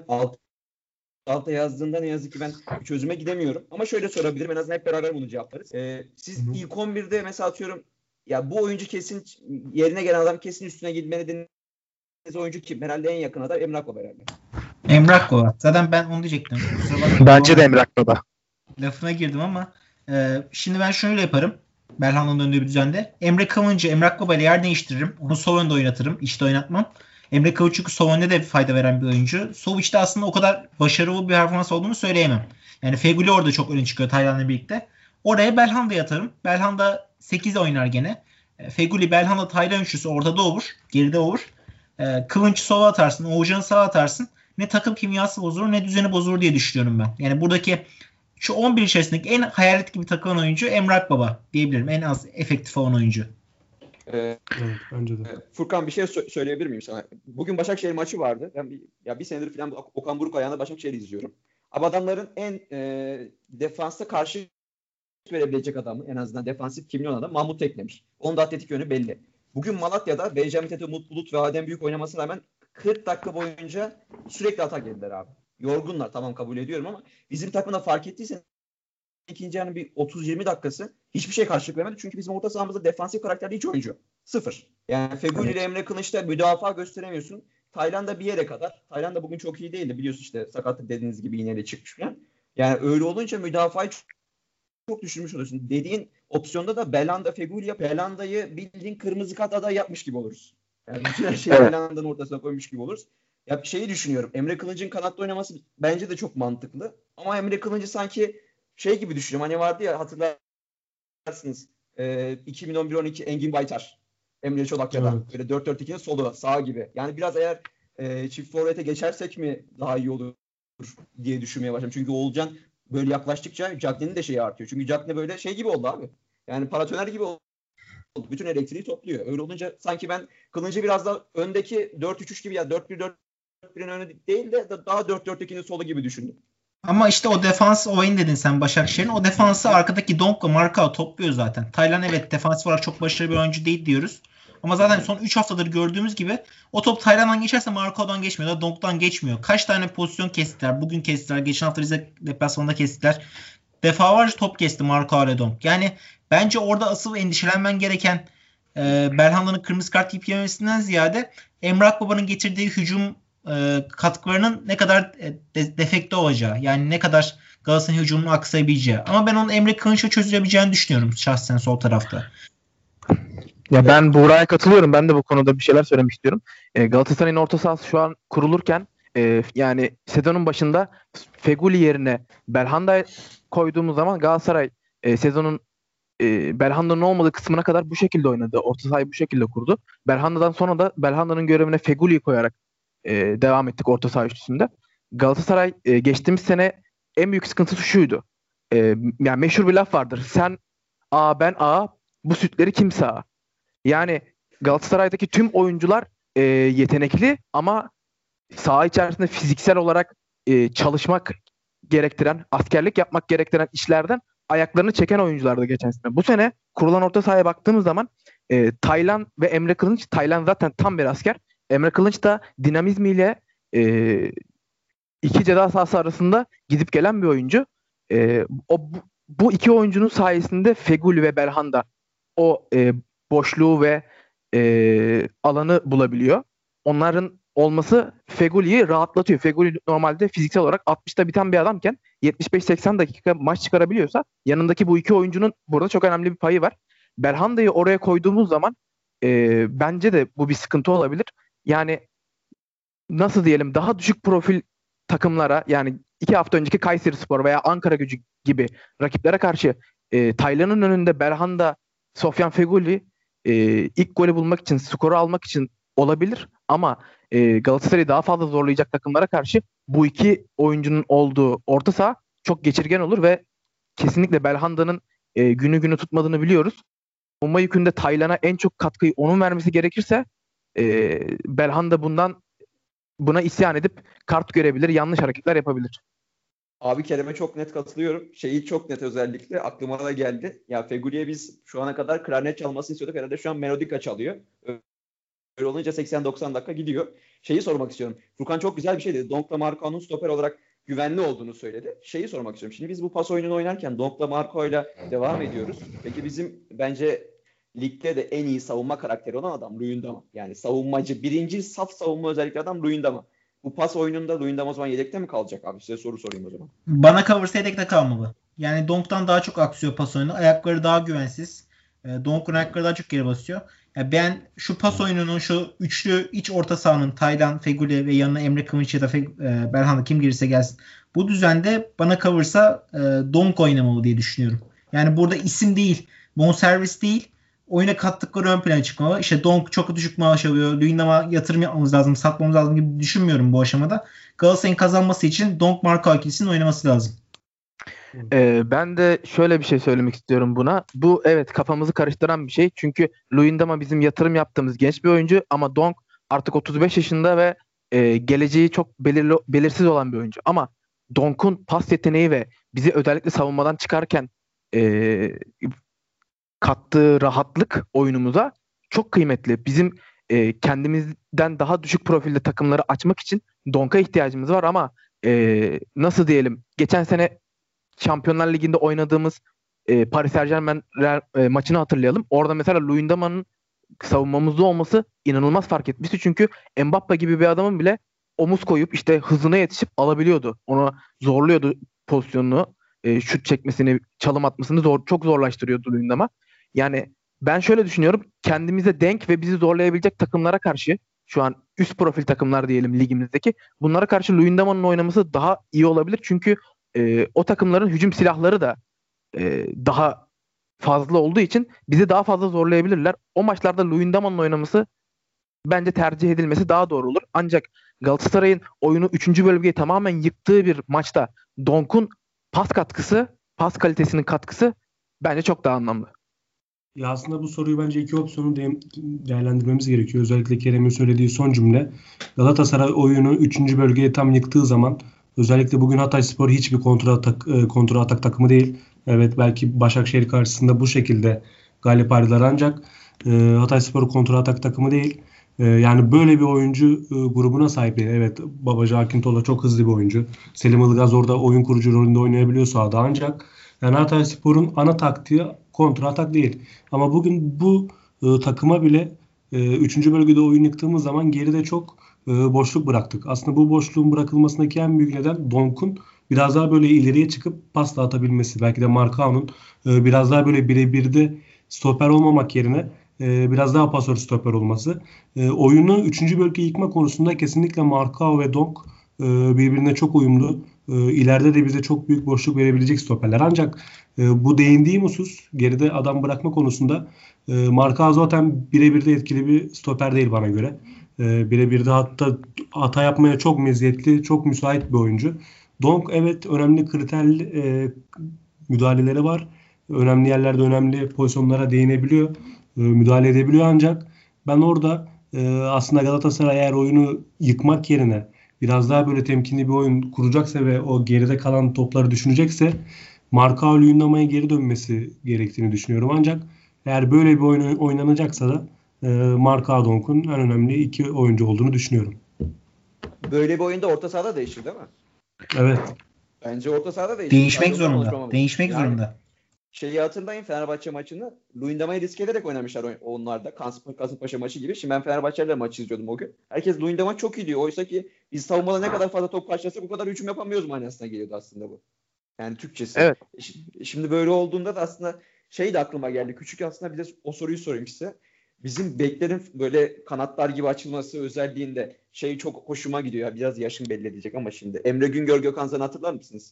alta yazdığında ne yazık ki ben çözüme gidemiyorum. Ama şöyle sorabilirim. En azından hep beraber bunu cevaplarız. Siz ilk 11'de mesela atıyorum ya bu oyuncu kesin yerine gelen adam kesin üstüne gitmeli dediğiniz oyuncu kim? Herhalde en yakın adam Emre Akbaba herhalde. Emre Akbaba. Zaten ben onu diyecektim. Bence de Emre Akbaba. Lafına girdim ama şimdi ben şöyle yaparım. Belhanda'nın döndüğü bir düzende. Emre Kılıncı, Emre Akbaba ile yer değiştiririm. Onu sol önde oynatırım. İçte oynatmam. Emre Kılıç çünkü sol önde de fayda veren bir oyuncu. Sol içte aslında o kadar başarılı bir performans olduğunu söyleyemem. Yani Feguli orada çok öne çıkıyor Taylan'la birlikte. Oraya Belhanda'yı atarım. Belhanda 8'e oynar gene. Feguli, Belhanda, Taylan üçlüsü ortada olur. Geride olur. Kılıncı sola atarsın. Oğuzcan'ı sağa atarsın. Ne takım kimyası bozulur ne düzeni bozulur diye düşünüyorum ben. Yani buradaki şu 11 içerisindeki en hayalet gibi takılan oyuncu Emre Akbaba diyebilirim. En az efektif olan oyuncu. Evet, bence de. Furkan bir şey söyleyebilir miyim sana? Bugün Başakşehir maçı vardı. Ben bir senedir falan Okan Buruk ayağında Başakşehir'i izliyorum. Ama adamların en defansta karşı verebilecek adamı en azından defansif kimliği olan adam Mahmut Teknemir. Onun da atletik yönü belli. Bugün Malatya'da Benjamin Tete, Umut Bulut ve Adem Büyük oynamasına rağmen 40 dakika boyunca sürekli atak yediler abi. Yorgunlar tamam kabul ediyorum ama bizim takımda fark ettiysen ikinci yarının bir 30-20 dakikası hiçbir şey karşılık vermedi. Çünkü bizim orta sahamızda defansif karakterli hiç oyuncu. Sıfır. Yani Feguli ile Emre Kılıç'ta müdafaa gösteremiyorsun. Tayland'da bir yere kadar. Tayland'da bugün çok iyi değildi. Biliyorsun işte sakatlık dediğiniz gibi iğneyle çıkmış falan. Yani öyle olunca müdafayı çok düşürmüş oluyorsun. Dediğin opsiyonda da Belhanda Feguli Belhanda'yı bildiğin kırmızı kart aday yapmış gibi oluruz. Yani bütün her şeyi Belhanda'nın ortasına koymuş gibi oluruz. Ya şeyi düşünüyorum. Emre Kılıç'ın kanatta oynaması bence de çok mantıklı. Ama Emre Kılıç'ı sanki şey gibi düşünüyorum. Hani vardı ya hatırlarsınız. 2011-12 Engin Baytar. Emre Çolakya'da. Evet. Böyle 4-4-2'nin solu sağ gibi. Yani biraz eğer çift forvete geçersek mi daha iyi olur diye düşünmeye başladım. Çünkü Oğulcan böyle yaklaştıkça Cagney'in de şeyi artıyor. Çünkü Cagney böyle şey gibi oldu abi. Yani paratoner gibi oldu. Bütün elektriği topluyor. Öyle olunca sanki ben Kılıncı biraz da öndeki 4-3-3 gibi ya 4-1-4-1'in önü değil de daha 4-4-2'nin solu gibi düşündüm. Ama işte o defans oyun dedin sen Başakşehir'in. O defansı arkadaki Donk'la Markao topluyor zaten. Taylan evet defansif olarak çok başarılı bir oyuncu değil diyoruz. Ama zaten son 3 haftadır gördüğümüz gibi o top Taylan'dan geçerse Marco'dan geçmiyor da Donk'tan geçmiyor. Kaç tane pozisyon kestiler? Bugün kestiler. Geçen hafta Rize deplasmanında kestiler. Defalarca top kesti Marco ile Donk. Yani bence orada asıl endişelenmen gereken Belhanda'nın kırmızı kart yiyip yemesinden ziyade Emre Akbaba'nın getirdiği hücum katkılarının ne kadar defekte olacağı. Yani ne kadar Galatasaray'ın hücumunu aksayabileceği. Ama ben onun Emre Kılınç'la çözülebileceğini düşünüyorum şahsen sol tarafta. Ya ben Buğra'ya katılıyorum. Ben de bu konuda bir şeyler söylemek istiyorum. Galatasaray'ın orta sahası şu an kurulurken yani sezonun başında Feguli yerine Belhanda koyduğumuz zaman Galatasaray sezonun Belhanda'nın olmadığı kısmına kadar bu şekilde oynadı. Orta sahayı bu şekilde kurdu. Belhanda'dan sonra da Belhanda'nın görevine Feguli'yi koyarak devam ettik orta saha üçlüsünde. Galatasaray geçtiğimiz sene en büyük sıkıntısı şuydu. Yani meşhur bir laf vardır. Sen A, ben A, bu sütleri kim sağ? Yani Galatasaray'daki tüm oyuncular yetenekli ama saha içerisinde fiziksel olarak çalışmak gerektiren, askerlik yapmak gerektiren işlerden ayaklarını çeken oyunculardı geçen sene. Bu sene kurulan orta sahaya baktığımız zaman Taylan ve Emre Kılınç, Taylan zaten tam bir asker. Emre Kılınç da dinamizmiyle iki ceza sahası arasında gidip gelen bir oyuncu. Bu iki oyuncunun sayesinde Feguli ve Belhanda o boşluğu ve alanı bulabiliyor. Onların olması Feguli'yi rahatlatıyor. Feguli normalde fiziksel olarak 60'ta biten bir adamken 75-80 dakika maç çıkarabiliyorsa yanındaki bu iki oyuncunun burada çok önemli bir payı var. Belhanda'yı oraya koyduğumuz zaman bence de bu bir sıkıntı olabilir. Yani nasıl diyelim, daha düşük profil takımlara, yani 2 hafta önceki Kayserispor veya Ankaragücü gibi rakiplere karşı Taylan'ın önünde Belhanda, Sofyan Feguli ilk golü bulmak için, skoru almak için olabilir ama Galatasaray'ı daha fazla zorlayacak takımlara karşı bu iki oyuncunun olduğu orta saha çok geçirgen olur ve kesinlikle Belhanda'nın günü tutmadığını biliyoruz. Savunma yükünde Taylan'a en çok katkıyı onun vermesi gerekirse Belhanda buna isyan edip kart görebilir, yanlış hareketler yapabilir. Abi Kerem'e çok net katılıyorum. Şeyi çok net, özellikle aklıma da geldi. Ya Feguli'ye biz şu ana kadar klarnet çalmasını istiyorduk. Herhalde şu an melodika çalıyor. Öyle olunca 80-90 dakika gidiyor. Şeyi sormak istiyorum. Furkan çok güzel bir şey dedi. Donk'la Marco'nun stoper olarak güvenli olduğunu söyledi. Şeyi sormak istiyorum. Şimdi biz bu pas oyununu oynarken Donk'la Marco'yla devam ediyoruz. Peki bizim bence ligde de en iyi savunma karakteri olan adam Luyendama. Yani savunmacı, birinci saf savunma özellikle adam Luyendama. Bu pas oyununda Luyendama o zaman yedekte mi kalacak abi? Size soru sorayım o zaman. Bana kalırsa yedekte kalmalı. Yani Donk'tan daha çok aksıyor pas oyunu. Ayakları daha güvensiz. Donk'un ayakları daha çok geri basıyor. Yani ben şu pas oyununun, şu üçlü iç orta sahanın Taylan, Feguli ve yanına Emre Kılınç ya da Belhanda kim gelirse gelsin. Bu düzende bana kalırsa Donk oynamalı diye düşünüyorum. Yani burada isim değil, bonservis değil, oyuna kattıkları ön plana çıkmalı. İşte Donk çok düşük maaş alıyor. Luyendama yatırım yapmamız lazım, satmamız lazım gibi düşünmüyorum bu aşamada. Galatasaray'ın kazanması için Donk Marco ikilisinin oynaması lazım. Ben de şöyle bir şey söylemek istiyorum buna. Bu evet kafamızı karıştıran bir şey. Çünkü Luyendama bizim yatırım yaptığımız genç bir oyuncu ama Donk artık 35 yaşında ve geleceği çok belirsiz olan bir oyuncu. Ama Donk'un pas yeteneği ve bizi özellikle savunmadan çıkarken kattığı rahatlık oyunumuza çok kıymetli. Bizim kendimizden daha düşük profilde takımları açmak için Donk'a ihtiyacımız var ama nasıl diyelim, geçen sene Şampiyonlar Ligi'nde oynadığımız Paris Saint-Germain maçını hatırlayalım. Orada mesela Luyendama'nın savunmamızda olması inanılmaz fark etmişti. Çünkü Mbappe gibi bir adamın bile omuz koyup işte hızına yetişip alabiliyordu. Onu zorluyordu pozisyonunu, şut çekmesini, çalım atmasını çok zorlaştırıyordu Luyendama. Yani ben şöyle düşünüyorum. Kendimize denk ve bizi zorlayabilecek takımlara karşı, şu an üst profil takımlar diyelim ligimizdeki, bunlara karşı Luyendama'nın oynaması daha iyi olabilir. Çünkü o takımların hücum silahları da daha fazla olduğu için bizi daha fazla zorlayabilirler. O maçlarda Luyendama'nın oynaması bence tercih edilmesi daha doğru olur. Ancak Galatasaray'ın oyunu 3. bölgeyi tamamen yıktığı bir maçta Donk'un pas katkısı, pas kalitesinin katkısı bence çok daha anlamlı. Ya aslında bu soruyu bence iki opsiyonu değerlendirmemiz gerekiyor. Özellikle Kerem'in söylediği son cümle. Galatasaray oyunu 3. bölgeye tam yıktığı zaman, özellikle bugün Hatayspor hiçbir kontra atak takımı değil. Evet, belki Başakşehir karşısında bu şekilde galip ayrılar ancak Hatayspor kontra atak takımı değil. Yani böyle bir oyuncu grubuna sahip değil. Evet, Babacı Akintola çok hızlı bir oyuncu. Selim Ilgaz orada oyun kurucu rolünde oynayabiliyor sahada. Ancak yani Hatayspor'un ana taktiği kontra atak değil. Ama bugün bu takıma bile 3. bölgede oyun yıktığımız zaman geride çok boşluk bıraktık. Aslında bu boşluğun bırakılmasındaki en büyük neden Donk'un biraz daha böyle ileriye çıkıp pas da atabilmesi. Belki de Marcao'nun biraz daha böyle birebir de stoper olmamak yerine biraz daha pasör stoper olması. Oyunu 3. bölge yıkma konusunda kesinlikle Marcao ve Donk birbirine çok uyumlu. İleride de bize çok büyük boşluk verebilecek stoperler. Ancak bu değindiğim husus geride adam bırakma konusunda Marcao zaten birebir de etkili bir stoper değil bana göre. Birebir de hatta hata yapmaya çok meziyetli, çok müsait bir oyuncu. Donk evet önemli kriterli müdahaleleri var. Önemli yerlerde önemli pozisyonlara değinebiliyor. Müdahale edebiliyor ancak ben orada aslında Galatasaray eğer oyunu yıkmak yerine biraz daha böyle temkinli bir oyun kuracaksa ve o geride kalan topları düşünecekse Marcao Luyendama'ya geri dönmesi gerektiğini düşünüyorum. Ancak eğer böyle bir oyun oynanacaksa da Marcao Donk'un en önemli iki oyuncu olduğunu düşünüyorum. Böyle bir oyunda orta sahada değişir değil mi? Evet. Bence orta sahada değişir. Değişmek zorunda. Değişmek zorunda. Şeyi hatırlayın, Fenerbahçe maçını Luyendama'yı risk ederek oynamışlar onlarda. Kasımpaşa maçı gibi. Şimdi ben Fenerbahçe'yle maçı izliyordum o gün. Herkes Luyendama çok iyi diyor. Oysa ki biz savunmada ne kadar fazla top karşılasak bu kadar hücum yapamıyoruz manasına geliyordu aslında bu. Yani Türkçesi. Evet. Şimdi böyle olduğunda da aslında şey de aklıma geldi. Küçük aslında bir de o soruyu sorayım size. Bizim beklerin böyle kanatlar gibi açılması özelliğinde şey çok hoşuma gidiyor. Biraz yaşım belli edecek ama şimdi. Emre Güngör, Gökhan Zan'ı hatırlar mısınız?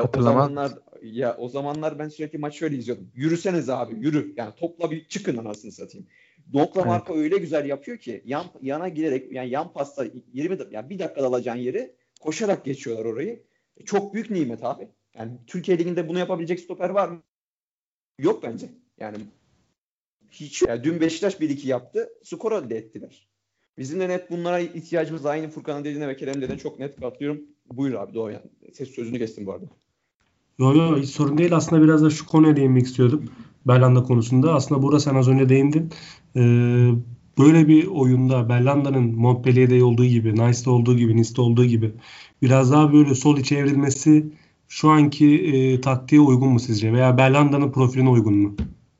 O zamanlar ben sürekli maç şöyle izliyordum. Yürüseniz abi, yürü. Yani topla bir çıkın anasını satayım. Donk'la Marco öyle güzel yapıyor ki yana giderek yani yan pasta 20 yani bir dakikada alacağın yeri koşarak geçiyorlar orayı. Çok büyük nimet abi. Yani Türkiye Ligi'nde bunu yapabilecek stoper var mı? Yok bence. Yani hiç. Yani dün Beşiktaş 1-2 yaptı. Skor elde ettiler. Bizim de net bunlara ihtiyacımız aynı Furkan'ın dediğine ve Kerem'in dediğine çok net katılıyorum. Buyur abi Doğayan. Ses sözünü kestim bu arada. Yo hiç sorun değil. Aslında biraz da şu konuya değinmek istiyordum. Belhanda konusunda. Aslında burada sen az önce değindin. Böyle bir oyunda Belhanda'nın Montpellier'de olduğu gibi, Nice'da olduğu gibi, Nice'de olduğu gibi biraz daha böyle sol içe evrilmesi şu anki taktiğe uygun mu sizce? Veya Belhanda'nın profiline uygun mu?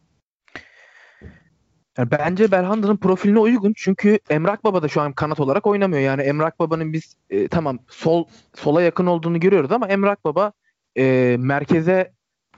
Yani bence Belhanda'nın profiline uygun çünkü Emrah Baba da şu an kanat olarak oynamıyor. Yani Emrah Baba'nın biz tamam sola yakın olduğunu görüyoruz ama Emrah Baba merkeze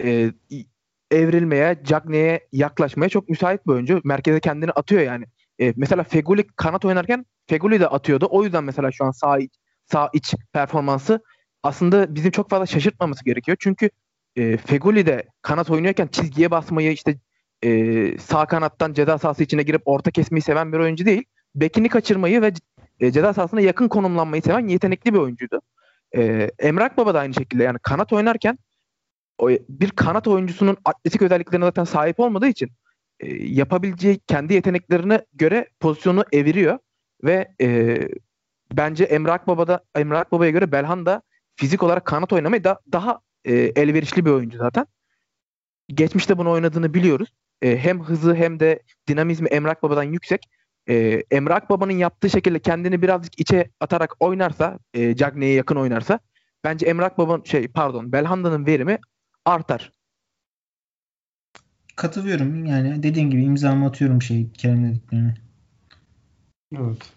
evrilmeye, Cagney'e yaklaşmaya çok müsait bir oyuncu. Merkeze kendini atıyor yani. Mesela Feguli kanat oynarken Feguli de atıyordu. O yüzden mesela şu an sağ iç performansı aslında bizim çok fazla şaşırtmaması gerekiyor. Çünkü Feguli de kanat oynuyorken çizgiye basmayı işte sağ kanattan ceza sahası içine girip orta kesmeyi seven bir oyuncu değil. Bekini kaçırmayı ve ceza sahasına yakın konumlanmayı seven yetenekli bir oyuncuydu. Emrah Baba da aynı şekilde yani kanat oynarken bir kanat oyuncusunun atletik özelliklerine zaten sahip olmadığı için yapabileceği kendi yeteneklerine göre pozisyonu eviriyor ve bence Emrah Baba'ya göre Belhanda fizik olarak kanat oynamayı daha elverişli bir oyuncu zaten. Geçmişte bunu oynadığını biliyoruz. Hem hızı hem de dinamizmi Emrah Baba'dan yüksek. Emrah Baba'nın yaptığı şekilde kendini birazcık içe atarak oynarsa, Cagney'e yakın oynarsa bence Belhanda'nın verimi artar. Katılıyorum. Yani dediğim gibi imzamı atıyorum Kerem dediklerine. Evet.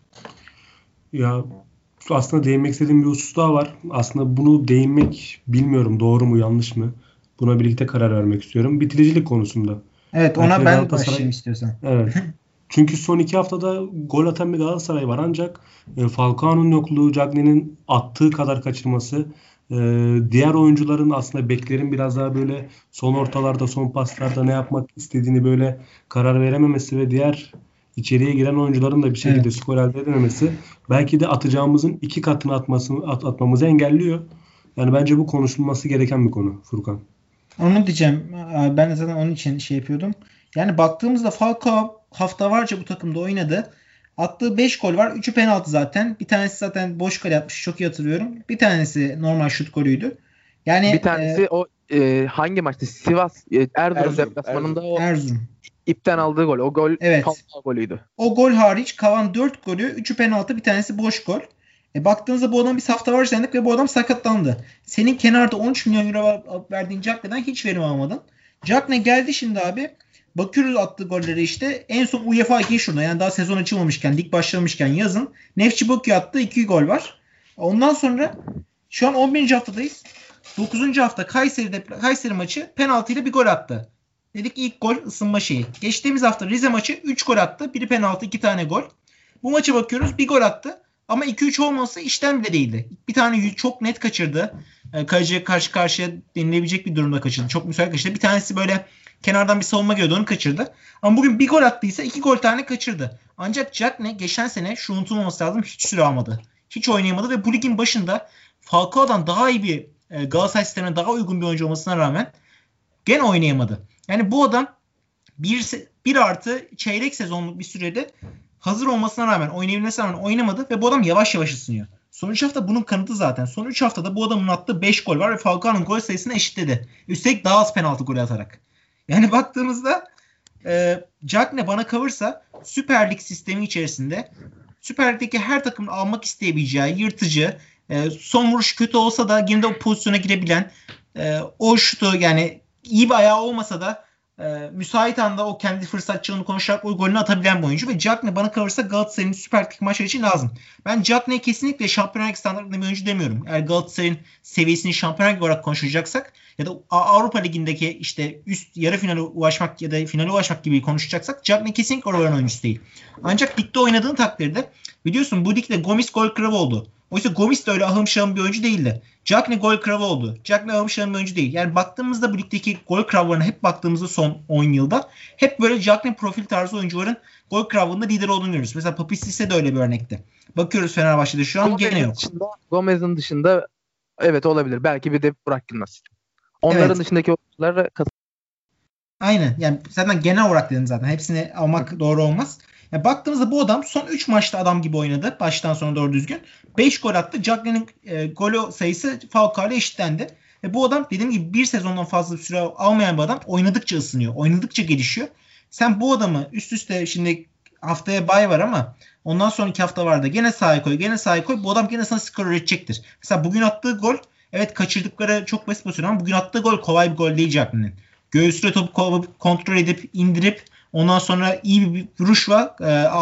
Ya aslında değinmek istediğim bir husus daha var. Aslında bunu değinmek bilmiyorum doğru mu yanlış mı? Buna birlikte karar vermek istiyorum. Bitiricilik konusunda. Evet Belki ona de ben başlayayım istiyorsan. Evet. Çünkü son 2 haftada gol atan bir Galatasaray var ancak Falcao'nun yokluğu, Cagney'in attığı kadar kaçırması, diğer oyuncuların aslında beklerin biraz daha böyle son ortalarda, son paslarda ne yapmak istediğini böyle karar verememesi ve diğer içeriye giren oyuncuların da bir şekilde skor elde edememesi belki de atacağımızın 2 katını atmamızı engelliyor. Yani bence bu konuşulması gereken bir konu Furkan. Onu diyeceğim. Ben de zaten onun için yapıyordum. Yani baktığımızda Falcao haftalarca bu takımda oynadı. Attığı 5 gol var. 3'ü penaltı zaten. Bir tanesi zaten boş kale atmış. Çok iyi hatırlıyorum. Bir tanesi normal şut golüydü. Yani bir tanesi hangi maçtı? Sivas Erzurum deplasmanında o Erzurum. ipten aldığı gol. O gol Evet. Falcao golüydü. O gol hariç kalan 4 golü 3'ü penaltı, bir tanesi boş gol. Baktığınızda bu adam bir hafta var sandık ve bu adam sakatlandı. Senin kenarda 13 milyon euro verdiğin Cagney'den hiç verim almadın. Cagney geldi şimdi abi. Bakıyoruz attığı golleri işte. En son UEFA 2 şurada. Yani daha sezon açılmamışken, lig başlamışken yazın. Nefçi Bakü attığı 2 gol var. Ondan sonra şu an 11. haftadayız. 9. hafta Kayseri maçı penaltıyla bir gol attı. Dedik ilk gol ısınma şeyi. Geçtiğimiz hafta Rize maçı 3 gol attı. Biri penaltı, 2 tane gol. Bu maça bakıyoruz, bir gol attı. Ama 2-3 olması işten bile değildi. Bir tane çok net kaçırdı. Kaleciye karşı karşıya denilebilecek bir durumda kaçırdı. Çok müsait kaçırdı. Bir tanesi böyle kenardan bir savunma gördü, onu kaçırdı. Ama bugün bir gol attıysa 2 gol tane kaçırdı. Ancak Cagney geçen sene şu unutulmaması lazım, hiç süre almadı. Hiç oynayamadı ve bu ligin başında Falcao'dan daha iyi bir Galatasaray sistemine daha uygun bir oyuncu olmasına rağmen gene oynayamadı. Yani bu adam bir artı çeyrek sezonluk bir sürede hazır olmasına rağmen, oynayabilmesine rağmen oynamadı ve bu adam yavaş yavaş ısınıyor. Son 3 hafta bunun kanıtı zaten. Son 3 haftada bu adamın attığı 5 gol var ve Falcao'nun gol sayısını eşitledi. Üstelik daha az penaltı golü atarak. Yani baktığımızda Cagney bana kalırsa Süper Lig sistemi içerisinde Süper Lig'deki her takımın almak isteyebileceği yırtıcı, son vuruş kötü olsa da yine de o pozisyona girebilen, o şutu yani iyi bir ayağı olmasa da müsait anda o kendi fırsatçılığını konuşarak o golünü atabilen bir oyuncu ve Cagney bana kalırsa Galatasaray'ın Süper Lig maçları için lazım. Ben Cagney kesinlikle Şampiyonlar Ligi standartında bir oyuncu demiyorum. Eğer Galatasaray'ın seviyesini Şampiyonlar Ligi olarak konuşacaksak ya da Avrupa Ligi'ndeki işte üst yarı finale ulaşmak ya da finale ulaşmak gibi konuşacaksak Cagney kesinlikle oraların oyuncusu değil. Ancak ligde oynadığın takdirde biliyorsun bu ligde Gomis gol kralı oldu. Oysa Gomis de öyle ahım şahım bir oyuncu değildi. Cagney gol kralı oldu. Cagney ahım şahım bir oyuncu değil. Yani baktığımızda bu ligdeki gol krallarına hep baktığımızda son 10 yılda hep böyle Cagney profil tarzı oyuncuların gol krallığında lider olduğunu görüyoruz. Mesela Papisis'e de öyle bir örnekti. Bakıyoruz Fenerbahçe'de şu an gene yok. Gomez'in dışında evet olabilir. Belki bir de Burak Yılmaz. Onların Evet. dışındaki oyunculara Aynen. Yani zaten genel olarak dedim zaten. Hepsini almak doğru olmaz. Ya baktığımızda bu adam son 3 maçta adam gibi oynadı. Baştan sona doğru düzgün. 5 gol attı. Cagney'in golü sayısı Falcao ile eşitlendi. Bu adam dediğim gibi bir sezondan fazla süre almayan bir adam. Oynadıkça ısınıyor. Oynadıkça gelişiyor. Sen bu adamı üst üste şimdi haftaya bay var ama ondan sonraki hafta var da gene sahaya koy. Gene sahaya koy. Bu adam gene sana skor üretecektir. Mesela bugün attığı gol, evet kaçırdıkları çok basit pozisyon ama bugün attığı gol kolay bir gol değil Cagney'in. Göğsüne topu kontrol edip indirip ondan sonra iyi bir vuruşla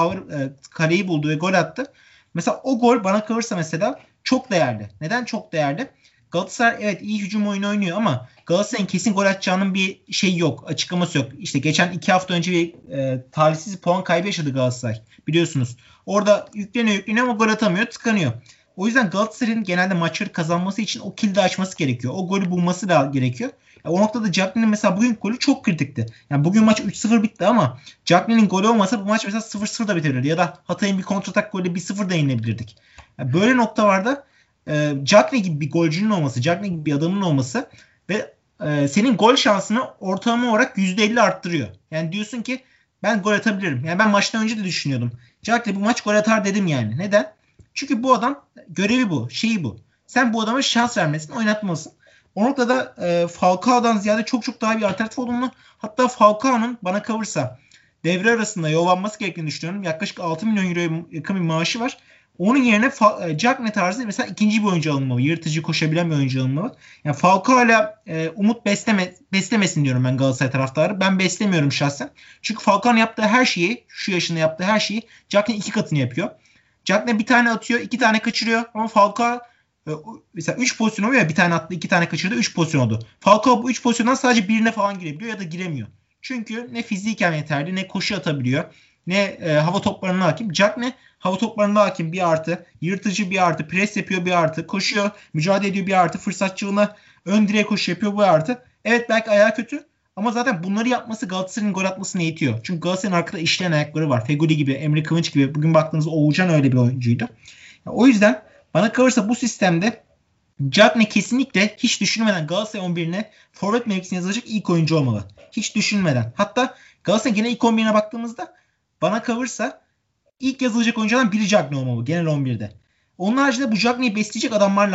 kaleyi buldu ve gol attı. Mesela o gol bana kalırsa mesela çok değerli. Neden çok değerli? Galatasaray evet iyi hücum oyunu oynuyor ama Galatasaray'ın kesin gol atacağının bir şeyi yok. Açıklaması yok. İşte geçen 2 hafta önce bir talihsiz puan kaybı yaşadı Galatasaray. Biliyorsunuz. Orada yükleniyor ama gol atamıyor. Tıkanıyor. O yüzden Galatasaray'ın genelde maçları kazanması için o kilidi açması gerekiyor. O golü bulması da gerekiyor. O noktada Cagney'in mesela bugün golü çok kritikti. Yani bugün maç 3-0 bitti ama Cagney'in golü olmasa bu maç mesela 0-0 da bitebilirdi. Ya da Hatay'ın bir kontratak golü 1-0 da yenilebilirdik. Yani böyle noktalarda Cagney gibi bir golcünün olması, Cagney gibi bir adamın olması ve senin gol şansını ortalama olarak %50 arttırıyor. Yani diyorsun ki ben gol atabilirim. Yani ben maçtan önce de düşünüyordum. Cagney bu maç gol atar dedim yani. Neden? Çünkü bu adam görevi bu, şeyi bu. Sen bu adama şans vermesin, oynatmalısın. O noktada Falcao'dan ziyade çok daha bir alternatif olduğunu, hatta Falcao'nun bana kalırsa devre arasında yollanması gerektiğini düşünüyorum. Yaklaşık 6 milyon euroya yakın bir maaşı var. Onun yerine Cagney tarzı mesela ikinci bir oyuncu alınmalı. Yırtıcı, koşabilen bir oyuncu alınmalı. Yani Falcao'yla umut beslemesin diyorum ben Galatasaray taraftarı. Ben beslemiyorum şahsen. Çünkü Falcao'nun yaptığı her şeyi, şu yaşında yaptığı her şeyi Cagney 2 katını yapıyor. Cagney bir tane atıyor, 2 tane kaçırıyor ama Falcao mesela 3 pozisyon oluyor ya, bir tane attı, 2 tane kaçırdı, 3 pozisyon oldu. Falcao bu 3 pozisyondan sadece birine falan girebiliyor ya da giremiyor. Çünkü ne fiziken yeterli, ne koşu atabiliyor, ne hava toplarına hakim. Cagney hava toplarına hakim bir artı, yırtıcı bir artı, pres yapıyor bir artı, koşuyor, mücadele ediyor bir artı, fırsatçılığına ön direğe koşu yapıyor bir artı. Evet belki ayağı kötü ama zaten bunları yapması Galatasaray'ın gol atmasını eğitiyor. Çünkü Galatasaray'ın arkada işleyen ayakları var. Feguli gibi, Emre Kılınç gibi. Bugün baktığınızda Oğulcan öyle bir oyuncuydu. O yüzden bana kalırsa bu sistemde Cagney kesinlikle hiç düşünmeden Galatasaray 11'ine forvet mevkisine yazılacak ilk oyuncu olmalı. Hiç düşünmeden. Hatta Galatasaray genel ilk 11'ine baktığımızda bana kalırsa ilk yazılacak oyunculardan biri Cagney olmalı genel 11'de. Onun haricinde bu Cagney'i besleyecek adamlar lazım.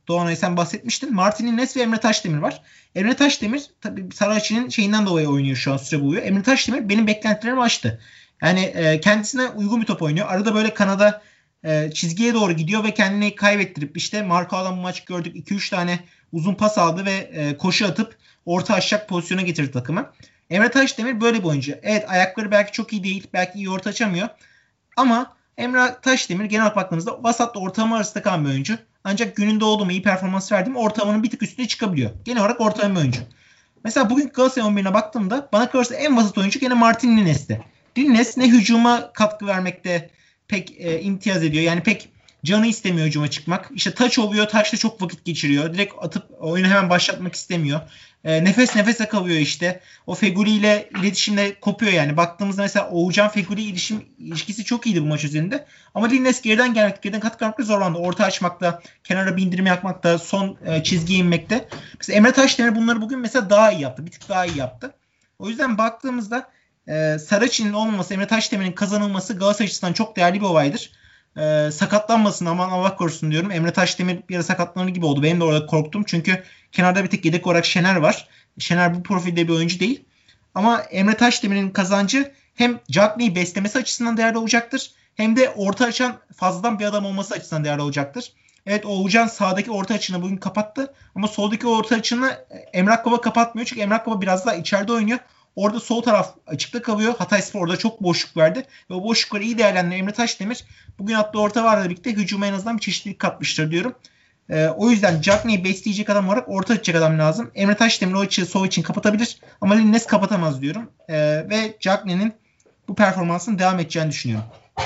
Doğanay sen bahsetmiştin. Martin Lines ve Emre Taşdemir var. Emre Taşdemir tabii Sarıçı'nın şeyinden dolayı oynuyor şu an, süre buluyor. Emre Taşdemir benim beklentilerimi aştı. Yani kendisine uygun bir top oynuyor. Arada böyle kanada çizgiye doğru gidiyor ve kendini kaybettirip işte Marco'dan bu maç gördük. 2-3 tane uzun pas aldı ve koşu atıp orta açacak pozisyona getirdi takımı. Emre Taşdemir böyle bir oyuncu. Evet, ayakları belki çok iyi değil. Belki iyi orta açamıyor. Ama Emre Taşdemir genel olarak baktığımızda vasatla ortalama arasında kalan bir oyuncu. Ancak gününde oldu mu, iyi performans verdi mi ortalamanın bir tık üstüne çıkabiliyor. Genel olarak ortalama bir oyuncu. Mesela bugün Galatasaray 11'ine baktığımda bana kalırsa en vasat oyuncu gene Martin Lines'ti. Lines ne hücuma katkı vermekte pek imtiyaz ediyor. Yani pek canı istemiyor hücuma çıkmak. İşte taç oluyor. Taçta çok vakit geçiriyor. Direkt atıp oyunu hemen başlatmak istemiyor. Nefes nefese kalıyor işte. O Feguli ile iletişimde kopuyor yani. Baktığımızda mesela Oğuzcan Feguli ilişkisi çok iyiydi bu maç üzerinde. Ama Lines geriden katkı vermekte zorlandı. Orta açmakta, kenara bir indirme yapmakta, son çizgiye inmekte. Mesela Emre Taşdemir bunları bugün mesela daha iyi yaptı. Bir tık daha iyi yaptı. O yüzden baktığımızda Sarıçı'nın olmaması, Emre Taşdemir'in kazanılması Galatasaray açısından çok değerli bir olaydır. Sakatlanmasın, aman Allah korusun diyorum. Emre Taşdemir bir ara sakatlanır gibi oldu. Benim de orada korktum. Çünkü kenarda bir tek yedek olarak Şener var. Şener bu profilde bir oyuncu değil. Ama Emre Taşdemir'in kazancı hem Cagney'i beslemesi açısından değerli olacaktır. Hem de orta açan fazladan bir adam olması açısından değerli olacaktır. Evet, Oğuzcan sağdaki orta açını bugün kapattı. Ama soldaki orta açını Emrah Baba kapatmıyor. Çünkü Emrah Baba biraz daha içeride oynuyor. Orada sol taraf açıkta kalıyor. Hatayspor orada çok boşluk verdi. Ve o boşlukları iyi değerlendiren Emre Taşdemir bugün attığı orta varla birlikte hücuma en azından bir çeşitlilik katmıştır diyorum. O yüzden Cagney'i besleyecek adam olarak orta açacak adam lazım. Emre Taşdemir o açığı sol için kapatabilir. Ama Lines kapatamaz diyorum. Ve Cagney'nin bu performansının devam edeceğini düşünüyorum.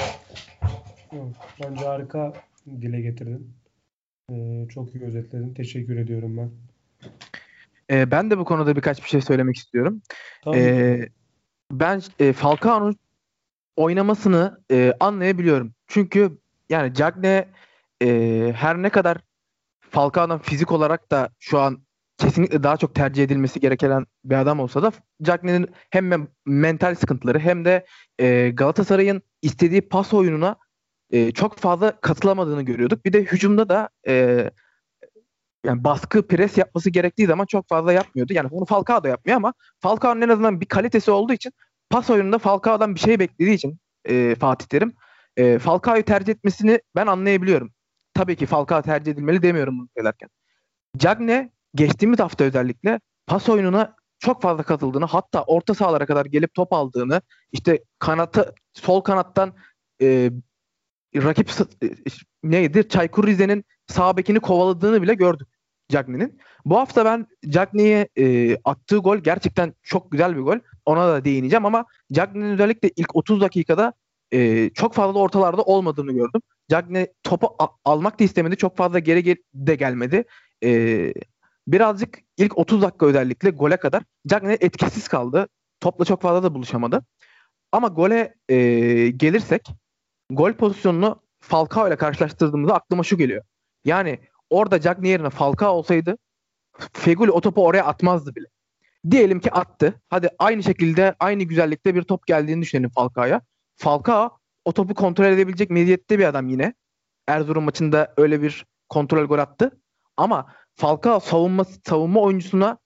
Bence harika dile getirdin. Çok iyi özetledin. Teşekkür ediyorum ben. Ben de bu konuda birkaç bir şey söylemek istiyorum. Tabii. Ben Falcao'nun oynamasını anlayabiliyorum. Çünkü yani Cagney her ne kadar Falcao'dan fizik olarak da şu an kesinlikle daha çok tercih edilmesi gereken bir adam olsa da Cagney'in hem mental sıkıntıları hem de Galatasaray'ın istediği pas oyununa çok fazla katılamadığını görüyorduk. Bir de hücumda da yani baskı, pres yapması gerektiği zaman çok fazla yapmıyordu. Yani bunu Falcao da yapmıyor ama Falcao'nun en azından bir kalitesi olduğu için pas oyununda Falcao'dan bir şey beklediği için Fatih Terim Falcao'yu tercih etmesini ben anlayabiliyorum. Tabii ki Falcao tercih edilmeli demiyorum bunu söylerken. Cagney geçtiğimiz hafta özellikle pas oyununa çok fazla katıldığını, hatta orta sahalara kadar gelip top aldığını, işte sol kanattan rakip neydi? Çaykur Rize'nin sağ bekini kovaladığını bile gördük Cagney'in. Bu hafta ben Cagney'e attığı gol gerçekten çok güzel bir gol. Ona da değineceğim ama Cagney'in özellikle ilk 30 dakikada çok fazla ortalarda olmadığını gördüm. Cagney topu almak da istemedi. Çok fazla geri de gelmedi. Birazcık ilk 30 dakika özellikle gole kadar Cagney etkisiz kaldı. Topla çok fazla da buluşamadı. Ama gole gelirsek gol pozisyonunu Falcao ile karşılaştırdığımızda aklıma şu geliyor. Yani orada Cagney yerine Falcao olsaydı Feguli o topu oraya atmazdı bile. Diyelim ki attı. Hadi aynı şekilde aynı güzellikte bir top geldiğini düşünelim Falcao'ya. Falcao o topu kontrol edebilecek meziyette bir adam yine. Erzurum maçında öyle bir kontrol gol attı. Ama Falcao savunma oyuncusuna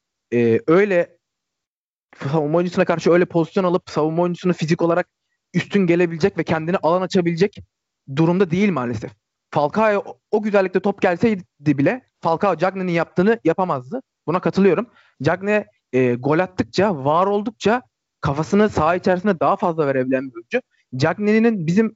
savunma oyuncusuna karşı öyle pozisyon alıp savunma oyuncusuna fizik olarak üstün gelebilecek ve kendine alan açabilecek durumda değil maalesef. Falcao'ya o güzellikte top gelseydi bile Falcao Cagney'in yaptığını yapamazdı. Buna katılıyorum. Cagney gol attıkça, var oldukça kafasını saha içerisinde daha fazla verebilen bir oyuncu. Cagney'in bizim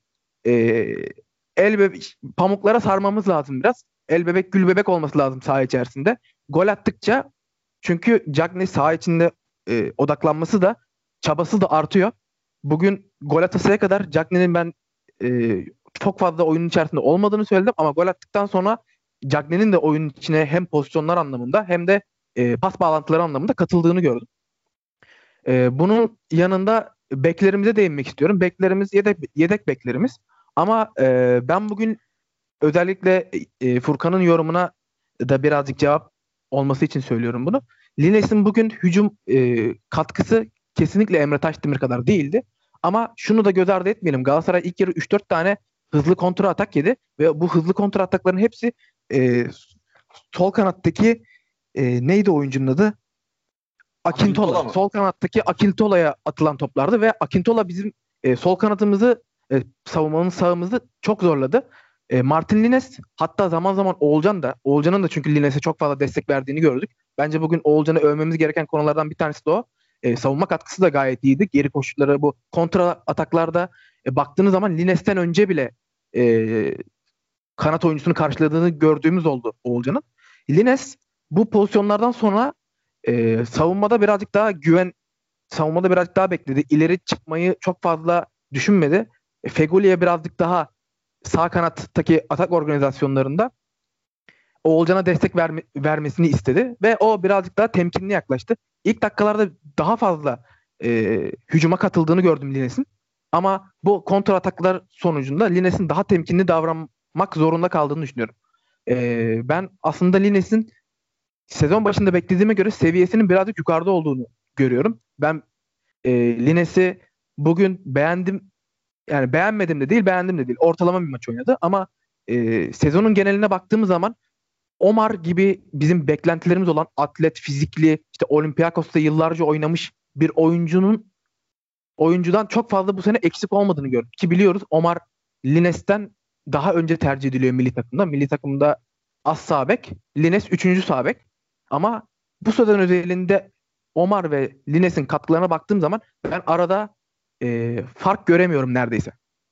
pamuklara sarmamız lazım biraz. El bebek gül bebek olması lazım saha içerisinde. Gol attıkça, çünkü Cagney saha içinde odaklanması da, çabası da artıyor. Bugün gol atasıya kadar Cagney'in ben çok fazla oyunun içerisinde olmadığını söyledim ama gol attıktan sonra Cagney'in de oyunun içine hem pozisyonlar anlamında hem de pas bağlantıları anlamında katıldığını gördüm. Bunun yanında beklerimize değinmek istiyorum. Beklerimiz yedek beklerimiz. Ama ben bugün özellikle Furkan'ın yorumuna da birazcık cevap olması için söylüyorum bunu. Lines'in bugün hücum katkısı kesinlikle Emre Taşdemir kadar değildi. Ama şunu da göz ardı etmeyelim. Galatasaray ilk yarı 3-4 tane hızlı kontra atak yedi ve bu hızlı kontra atakların hepsi sol kanattaki neydi oyuncunun adı? Akintola mı? Sol kanattaki Akintola'ya atılan toplardı ve Akintola bizim sol kanatımızı, savunmanın sağımızı çok zorladı. Martin Lines, hatta zaman zaman Oğulcan'ın da çünkü Lines'e çok fazla destek verdiğini gördük. Bence bugün Oğulcan'ı övmemiz gereken konulardan bir tanesi de o. Savunma katkısı da gayet iyiydi. Geri koşuları, bu kontra ataklarda baktığınız zaman Lines'ten önce bile kanat oyuncusunu karşıladığını gördüğümüz oldu Oğulcan'ın. Lines bu pozisyonlardan sonra savunmada birazcık daha bekledi. İleri çıkmayı çok fazla düşünmedi. Fegoli'ye birazcık daha sağ kanattaki atak organizasyonlarında Oğulcan'a destek vermesini istedi ve o birazcık daha temkinli yaklaştı. İlk dakikalarda daha fazla hücuma katıldığını gördüm Lines'in. Ama bu kontra ataklar sonucunda Lines'in daha temkinli davranmak zorunda kaldığını düşünüyorum. Ben aslında Lines'in sezon başında beklediğime göre seviyesinin birazcık yukarıda olduğunu görüyorum. Ben Lines'i bugün beğendim. Yani beğenmedim de değil, beğendim de değil. Ortalama bir maç oynadı ama sezonun geneline baktığımız zaman Omar gibi bizim beklentilerimiz olan atlet, fizikli, işte Olympiakos'ta yıllarca oynamış bir oyuncudan çok fazla bu sene eksik olmadığını gördük. Ki biliyoruz Omar Lines'ten daha önce tercih ediliyor milli takımda. Milli takımda az sağ bek, Lines 3. sağ bek. Ama bu sezon özelinde Omar ve Lines'in katkılarına baktığım zaman ben arada fark göremiyorum neredeyse.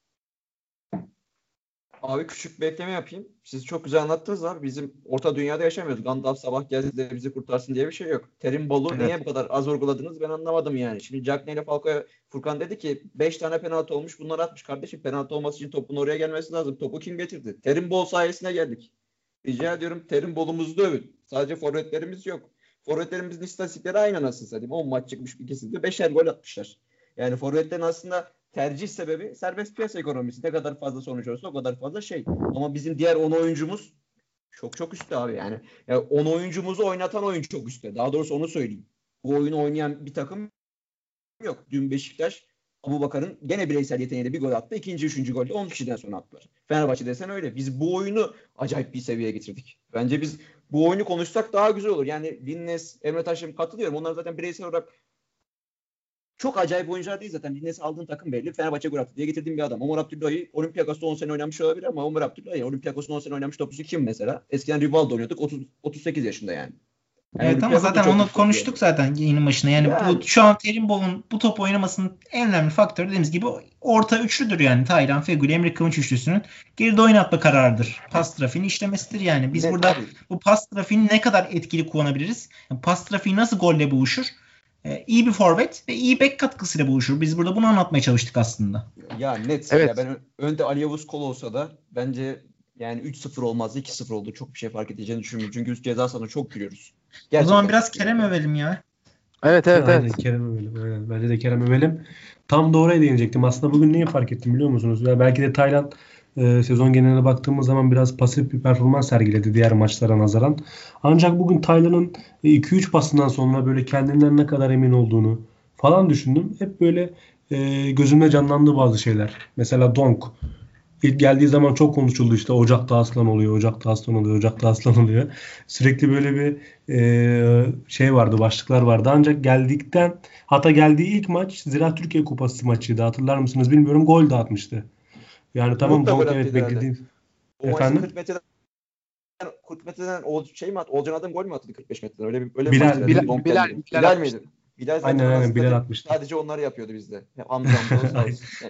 Abi küçük bir ekleme yapayım. Siz çok güzel anlattınız abi. Bizim orta dünyada yaşamıyoruz. Gandalf sabah geldi de bizi kurtarsın diye bir şey yok. Terim Bolu niye bu kadar az vurguladınız ben anlamadım yani. Şimdi Cagney ile Falcao'ya Furkan dedi ki 5 tane penaltı olmuş bunları atmış. Kardeşim penaltı olması için topun oraya gelmesi lazım. Topu kim getirdi? Terim Bol sayesinde geldik. Rica ediyorum Terim Bol'umuzu da övün. Sadece forvetlerimiz yok. Forvetlerimizin istatistikleri aynı nasıl satayım. 10 maç çıkmış bir kesildi. 5'er gol atmışlar. Yani forvetlerin aslında tercih sebebi serbest piyasa ekonomisi. Ne kadar fazla sonuç olursa o kadar fazla şey. Ama bizim diğer 10 oyuncumuz çok üstte abi yani. Yani 10 oyuncumuzu oynatan oyuncu çok üstte. Daha doğrusu onu söyleyeyim. Bu oyunu oynayan bir takım yok. Dün Beşiktaş Abubakar'ın gene bireysel yeteneğiyle bir gol attı. İkinci, üçüncü golde 10 kişiden sonra attılar. Fenerbahçe desen öyle. Biz bu oyunu acayip bir seviyeye getirdik. Bence biz bu oyunu konuşsak daha güzel olur. Yani Linnes, Emre Taş'ım katılıyorum. Onlar zaten bireysel olarak çok acayip oyuncular değil zaten. Linnes'i aldığın takım belli. Fenerbahçe gol attı diye getirdiğim bir adam. Omar Abdullahi Olympiakos'ta 10 sene oynamış olabilir ama Omar Abdullahi Olympiakos'ta 10 sene oynamış topçu kim mesela? Eskiden Rivaldo oynuyorduk. 38 yaşında yani. Evet ama zaten onu konuştuk zaten yayının başında. Yani bu şu an Terim Bol'un bu top oynamasının en önemli faktörü dediğimiz gibi orta üçlüdür yani. Taylan, Feguli, Emre Kılınç üçlüsünün geride oynatma kararıdır. Pas trafiğini işlemesidir yani. Biz burada bu pas trafiğini ne kadar etkili kullanabiliriz? Yani pas trafiği nasıl golle buluşur? İyi bir forvet ve iyi bek katkısıyla buluşur. Biz burada bunu anlatmaya çalıştık aslında. Ya net. Evet. Ya ben önde Ali Yavuz Kol olsa da bence yani 3-0 olmaz 2-0 oldu. Çok bir şey fark edeceğini düşünmüyorum. Çünkü üst ceza sahasında çok gülüyoruz. Gerçekten. O zaman biraz Kerem övelim ya. Evet. Aynen, Kerem övelim. Aynen. Bence de Kerem övelim. Tam da oraya değinecektim. Aslında bugün neyi fark ettim biliyor musunuz? Ya belki de Tayland sezon geneline baktığımız zaman biraz pasif bir performans sergiledi diğer maçlara nazaran. Ancak bugün Tayland'ın 2-3 pasından sonra böyle kendinden ne kadar emin olduğunu falan düşündüm. Hep böyle gözümde canlandı bazı şeyler. Mesela Donk. İlk geldiği zaman çok konuşuldu işte Ocak'ta aslan oluyor, Ocak'ta aslan oluyor, Ocak'ta aslan oluyor. Sürekli böyle bir şey vardı, başlıklar vardı. Ancak hatta geldiği ilk maç Ziraat Türkiye Kupası maçıydı. Hatırlar mısınız bilmiyorum. Gol de atmıştı. Yani tamam Donk evet beklediğim. Efendim? 40 metreden Olcan adam gol mü attı 45 metreden? Öyle bir Bilal miydi? Aynen Bilal atmıştı. Sadece onlar yapıyordu bizde. Hamza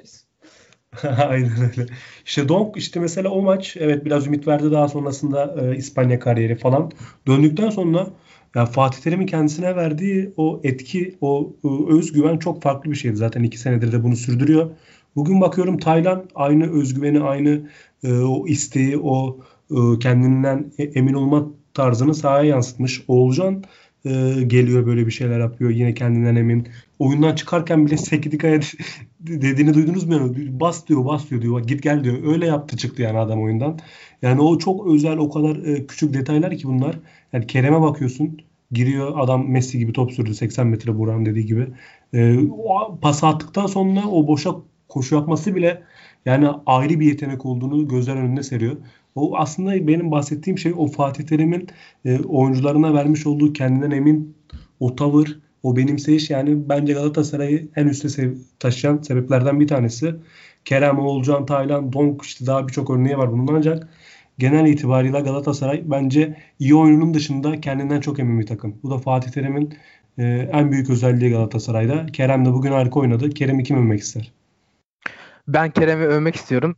Aynen öyle. İşte Donk mesela o maç evet biraz ümit verdi daha sonrasında İspanya kariyeri falan. Döndükten sonra ya Fatih Terim'in kendisine verdiği o etki, o özgüven çok farklı bir şeydi. Zaten 2 senedir de bunu sürdürüyor. Bugün bakıyorum Taylan aynı özgüveni, aynı o isteği, o kendinden emin olma tarzını sahaya yansıtmış. Oğulcan geliyor böyle bir şeyler yapıyor. Yine kendinden emin. Oyundan çıkarken bile Sekidika'ya dediğini duydunuz mu? Yani? Bas diyor. Git gel diyor. Öyle yaptı çıktı yani adam oyundan. Yani o çok özel o kadar küçük detaylar ki bunlar. Yani Kerem'e bakıyorsun. Giriyor adam Messi gibi top sürdü. 80 metre Burak'ın dediği gibi. O pas attıktan sonra o boşa koşu yapması bile yani ayrı bir yetenek olduğunu gözler önüne seriyor. O aslında benim bahsettiğim şey o Fatih Terim'in oyuncularına vermiş olduğu kendinden emin o tavır, o benimseyiş yani bence Galatasaray'ı en üste taşıyan sebeplerden bir tanesi. Kerem, Oğulcan, Taylan, Donk işte daha birçok örneği var bunun ancak genel itibarıyla Galatasaray bence iyi oyunun dışında kendinden çok emin bir takım. Bu da Fatih Terim'in en büyük özelliği Galatasaray'da. Kerem de bugün harika oynadı. Kerem'i kim övmek ister? Ben Kerem'i övmek istiyorum.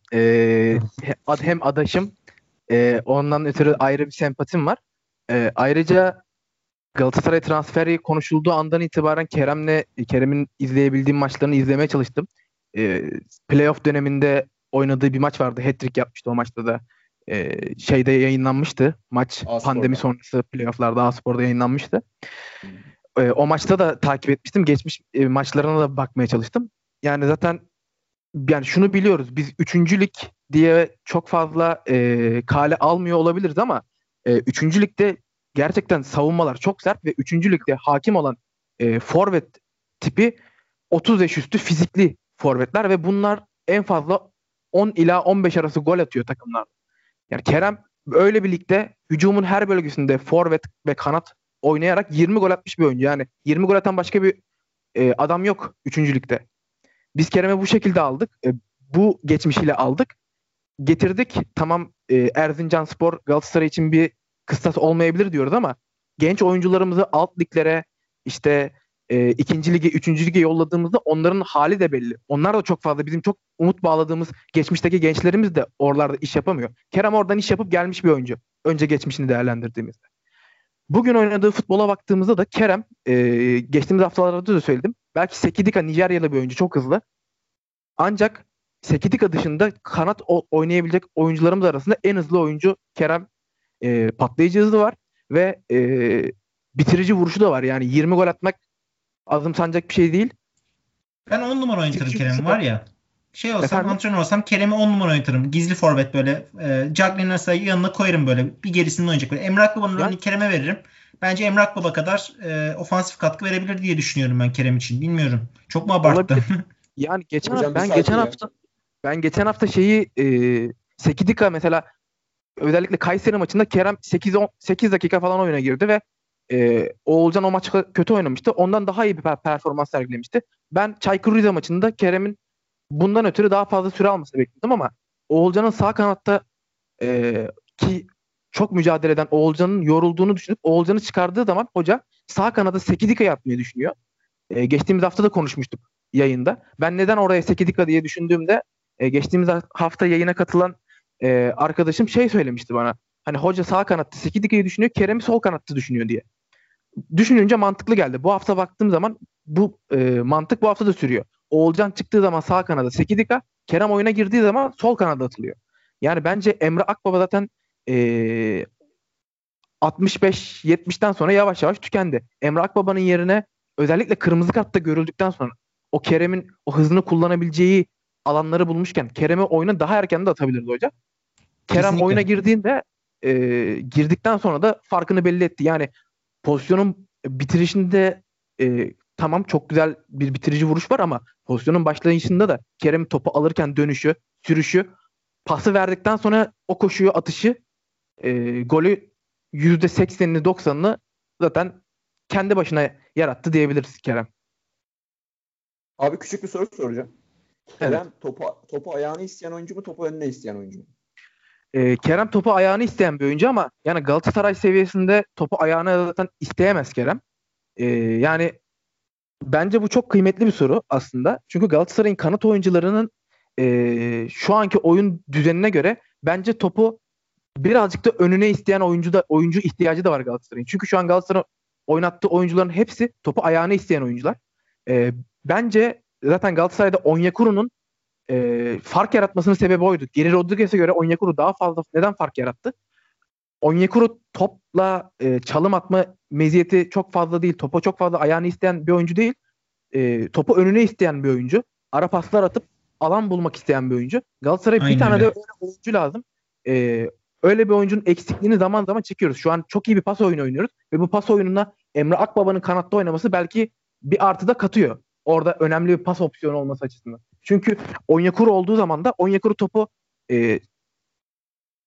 Hem adaşım, ondan ötürü ayrı bir sempatim var. Ayrıca Galatasaray transferi konuşulduğu andan itibaren Kerem'in izleyebildiğim maçlarını izlemeye çalıştım. Playoff döneminde oynadığı bir maç vardı. Hat-trick yapmıştı o maçta da. Şeyde yayınlanmıştı. Maç pandemi sonrası playoff'larda A-Spor'da yayınlanmıştı. O maçta da takip etmiştim. Geçmiş maçlarına da bakmaya çalıştım. Yani zaten yani şunu biliyoruz. Biz 3. lig diye çok fazla kale almıyor olabiliriz ama 3. ligde gerçekten savunmalar çok sert ve 3. ligde hakim olan forvet tipi 30 yaş üstü fizikli forvetler ve bunlar en fazla 10 ila 15 arası gol atıyor takımlar. Yani Kerem öyle bir ligde hücumun her bölgesinde forvet ve kanat oynayarak 20 gol atmış bir oyuncu. Yani 20 gol atan başka bir adam yok 3. ligde. Biz Kerem'i bu şekilde aldık. Bu geçmişiyle aldık. Getirdik. Tamam, Erzincanspor Galatasaray için bir kıstas olmayabilir diyoruz ama genç oyuncularımızı alt liglere işte 2. lige, 3. lige yolladığımızda onların hali de belli. Onlar da çok fazla bizim çok umut bağladığımız geçmişteki gençlerimiz de oralarda iş yapamıyor. Kerem oradan iş yapıp gelmiş bir oyuncu. Önce geçmişini değerlendirdiğimizde. Bugün oynadığı futbola baktığımızda da Kerem geçtiğimiz haftalarda da söyledim. Belki Sekidika Nijeryalı bir oyuncu, çok hızlı. Ancak Sekidika dışında kanat oynayabilecek oyuncularımız arasında en hızlı oyuncu Kerem. Patlayıcı hızı var ve bitirici vuruşu da var. Yani 20 gol atmak azımsanacak bir şey değil. Ben 10 numara oynatırım Kerem'i var ya. Efendim? Antrenör olsam Kerem'i 10 numara oynatırım. Gizli forvet böyle. Cagney'in arasında yanına koyarım böyle. Bir gerisini oynayacak böyle. Emre Akbaba'nın rolünü Kerem'e veririm. Bence Emre Akbaba kadar ofansif katkı verebilir diye düşünüyorum ben Kerem için. Bilmiyorum. Çok mu abarttım? Yani Hocam ben geçen hafta şeyi Sekidika mesela özellikle Kayseri maçında Kerem 8 dakika falan oyuna girdi ve Oğulcan o maçta kötü oynamıştı. Ondan daha iyi bir performans sergilemişti. Ben Çaykur Rize maçında Kerem'in bundan ötürü daha fazla süre almasını bekliyordum ama Oğulcan'ın sağ kanatta ki çok mücadele eden Oğulcan'ın yorulduğunu düşünüp Oğulcan'ı çıkardığı zaman hoca sağ kanada Sekidika yapmayı düşünüyor. Geçtiğimiz hafta da konuşmuştuk yayında. Ben neden oraya Sekidika diye düşündüğümde geçtiğimiz hafta yayına katılan arkadaşım şey söylemişti bana. Hani hoca sağ kanatta Sekidika'yı düşünüyor, Kerem'i sol kanatta düşünüyor diye. Düşününce mantıklı geldi. Bu hafta baktığım zaman bu mantık bu hafta da sürüyor. Oğulcan çıktığı zaman sağ kanada Sekidika, Kerem oyuna girdiği zaman sol kanada atılıyor. Yani bence Emre Akbaba zaten 65-70'ten sonra yavaş yavaş tükendi. Emre Akbaba'nın yerine özellikle kırmızı kartta görüldükten sonra o Kerem'in o hızını kullanabileceği alanları bulmuşken Kerem'i oyuna daha erken de atabilirdi hoca. Kerem Kesinlikle. oyuna girdiğinde girdikten sonra da farkını belli etti. Yani pozisyonun bitirişinde tamam çok güzel bir bitirici vuruş var ama pozisyonun başlayışında da Kerem topu alırken dönüşü, sürüşü, pası verdikten sonra o koşuyu, atışı, golü %80'ini 90'ını zaten kendi başına yarattı diyebiliriz Kerem. Abi küçük bir soru soracağım. Evet. Kerem topu ayağını isteyen oyuncu mu, topu önüne isteyen oyuncu mu? Kerem topu ayağını isteyen bir oyuncu ama yani Galatasaray seviyesinde topu ayağını zaten isteyemez Kerem. Yani bence bu çok kıymetli bir soru aslında. Çünkü Galatasaray'ın kanat oyuncularının şu anki oyun düzenine göre bence topu birazcık da önüne isteyen oyuncu ihtiyacı da var Galatasaray'ın. Çünkü şu an Galatasaray'ın oynattığı oyuncuların hepsi topu ayağına isteyen oyuncular. Bence zaten Galatasaray'da Onyekuru'nun fark yaratmasının sebebi oydu. Geri Rodriguez'e göre Onyekuru daha fazla neden fark yarattı? Onyekuru topla çalım atma meziyeti çok fazla değil. Topa çok fazla ayağını isteyen bir oyuncu değil. Topu önüne isteyen bir oyuncu. Ara paslar atıp alan bulmak isteyen bir oyuncu. Galatasaray'a bir tane de öyle oyuncu lazım. Öyle bir oyuncunun eksikliğini zaman zaman çekiyoruz. Şu an çok iyi bir pas oyunu oynuyoruz. Ve bu pas oyununa Emre Akbaba'nın kanatta oynaması belki bir artı da katıyor. Orada önemli bir pas opsiyonu olması açısından. Çünkü Onyekuru olduğu zaman da Onyekuru topu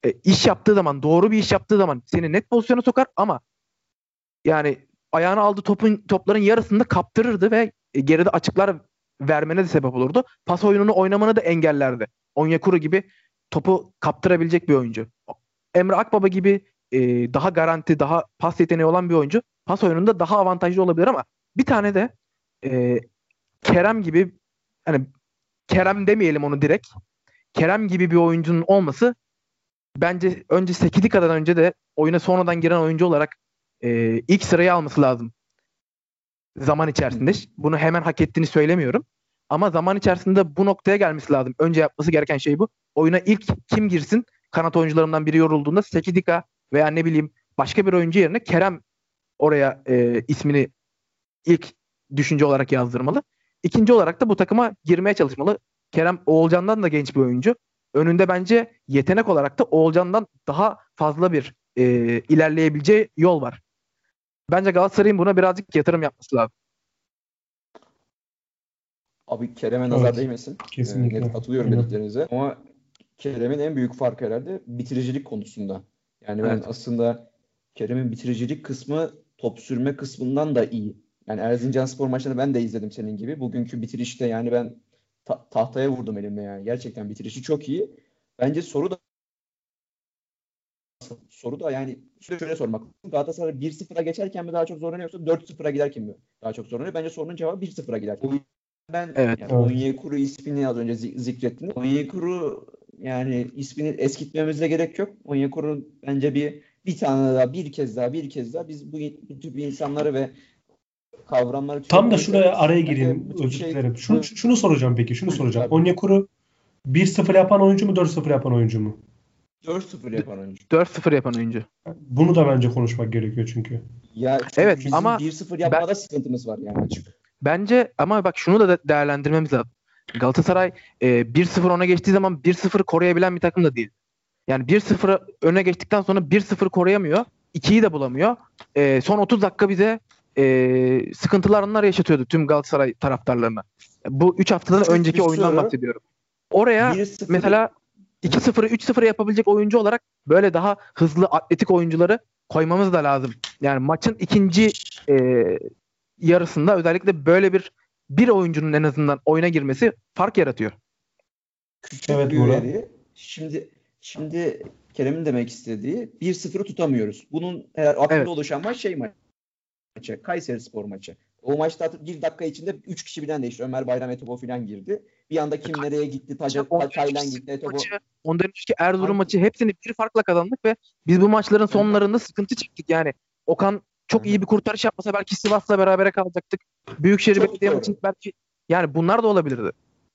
iş yaptığı zaman, doğru bir iş yaptığı zaman seni net pozisyona sokar ama yani ayağına aldığı topların yarısını da kaptırırdı ve geride açıklar vermene de sebep olurdu. Pas oyununu oynamanı da engellerdi. Onyekuru gibi topu kaptırabilecek bir oyuncu. Emre Akbaba gibi daha garanti, daha pas yeteneği olan bir oyuncu pas oyununda daha avantajlı olabilir ama bir tane de Kerem gibi, hani Kerem demeyelim onu direkt. Kerem gibi bir oyuncunun olması bence önce Sekidika'dan önce de oyuna sonradan giren oyuncu olarak ilk sırayı alması lazım. Zaman içerisinde. Bunu hemen hak ettiğini söylemiyorum. Ama zaman içerisinde bu noktaya gelmesi lazım. Önce yapması gereken şey bu. Oyuna ilk kim girsin? Kanat oyuncularından biri yorulduğunda Sekidika veya ne bileyim başka bir oyuncu yerine Kerem oraya ismini ilk düşünce olarak yazdırmalı. İkinci olarak da bu takıma girmeye çalışmalı. Kerem Oğulcan'dan da genç bir oyuncu. Önünde bence yetenek olarak da Oğulcan'dan daha fazla bir ilerleyebileceği yol var. Bence Galatasaray'ın buna birazcık yatırım yapması lazım. Abi Kerem'e nazar değmesin. Kesinlikle. Net katılıyorum dediklerinize. Ama Kerem'in en büyük farkı herhalde bitiricilik konusunda. Yani ben aslında Kerem'in bitiricilik kısmı top sürme kısmından da iyi. Yani Erzincanspor maçını ben de izledim senin gibi. Bugünkü bitirişte yani ben tahtaya vurdum elimle yani. Gerçekten bitirişi çok iyi. Bence soru da yani şöyle sormak. Galatasaray 1-0'a geçerken mi daha çok zorlanıyor yoksa 4-0'a giderken mi daha çok zorlanıyor? Bence sorunun cevabı 1-0'a giderken. Ben Onyekuru ismini az önce zikrettim. Onyekuru yani ismini eskitmemize gerek yok. Onyekuru bence bir tane daha bir kez daha biz bu tip insanları ve kavramları tam da şuraya araya gireyim, özür dilerim. Şunu soracağım peki. Şunu soracağım. Onyekuru 1-0 yapan oyuncu mu 4-0 yapan oyuncu mu? 4-0 yapan oyuncu. 4-0 yapan oyuncu. Bunu da bence konuşmak gerekiyor çünkü. Ya evet bizim ama 1-0 yapmada sıkıntımız var yani açık. Bence ama bak şunu da değerlendirmemiz lazım. Galatasaray 1-0 öne geçtiği zaman 1-0 koruyabilen bir takım da değil. Yani 1-0 öne geçtikten sonra 1-0 koruyamıyor. 2'yi de bulamıyor. Son 30 dakika bize sıkıntılar yaşatıyordu tüm Galatasaray taraftarlarına. Bu 3 haftadan önceki oyundan bahsediyorum. Oraya 1-0, mesela 2-0'ı 3-0 yapabilecek oyuncu olarak böyle daha hızlı atletik oyuncuları koymamız da lazım. Yani maçın ikinci yarısında özellikle böyle bir oyuncunun en azından oyuna girmesi fark yaratıyor. Küçük bir uyarı. Şimdi Kerem'in demek istediği 1-0'ı tutamıyoruz. Bunun aklında oluşan maç maçı. Kayserispor maçı. O maçta bir dakika içinde 3 kişi birden değişti. Ömer Bayram, Etobo falan girdi. Bir anda kim nereye gitti? Taylan gitti. Etobo. Ondan önceki Erzurum maçı hepsini bir farkla kazandık ve biz bu maçların sonlarında sıkıntı çektik. Yani Okan çok iyi bir kurtarış yapmasa belki Sivas'la berabere kalacaktık. Büyükşehir Belediye maçında belki yani bunlar da olabilirdi.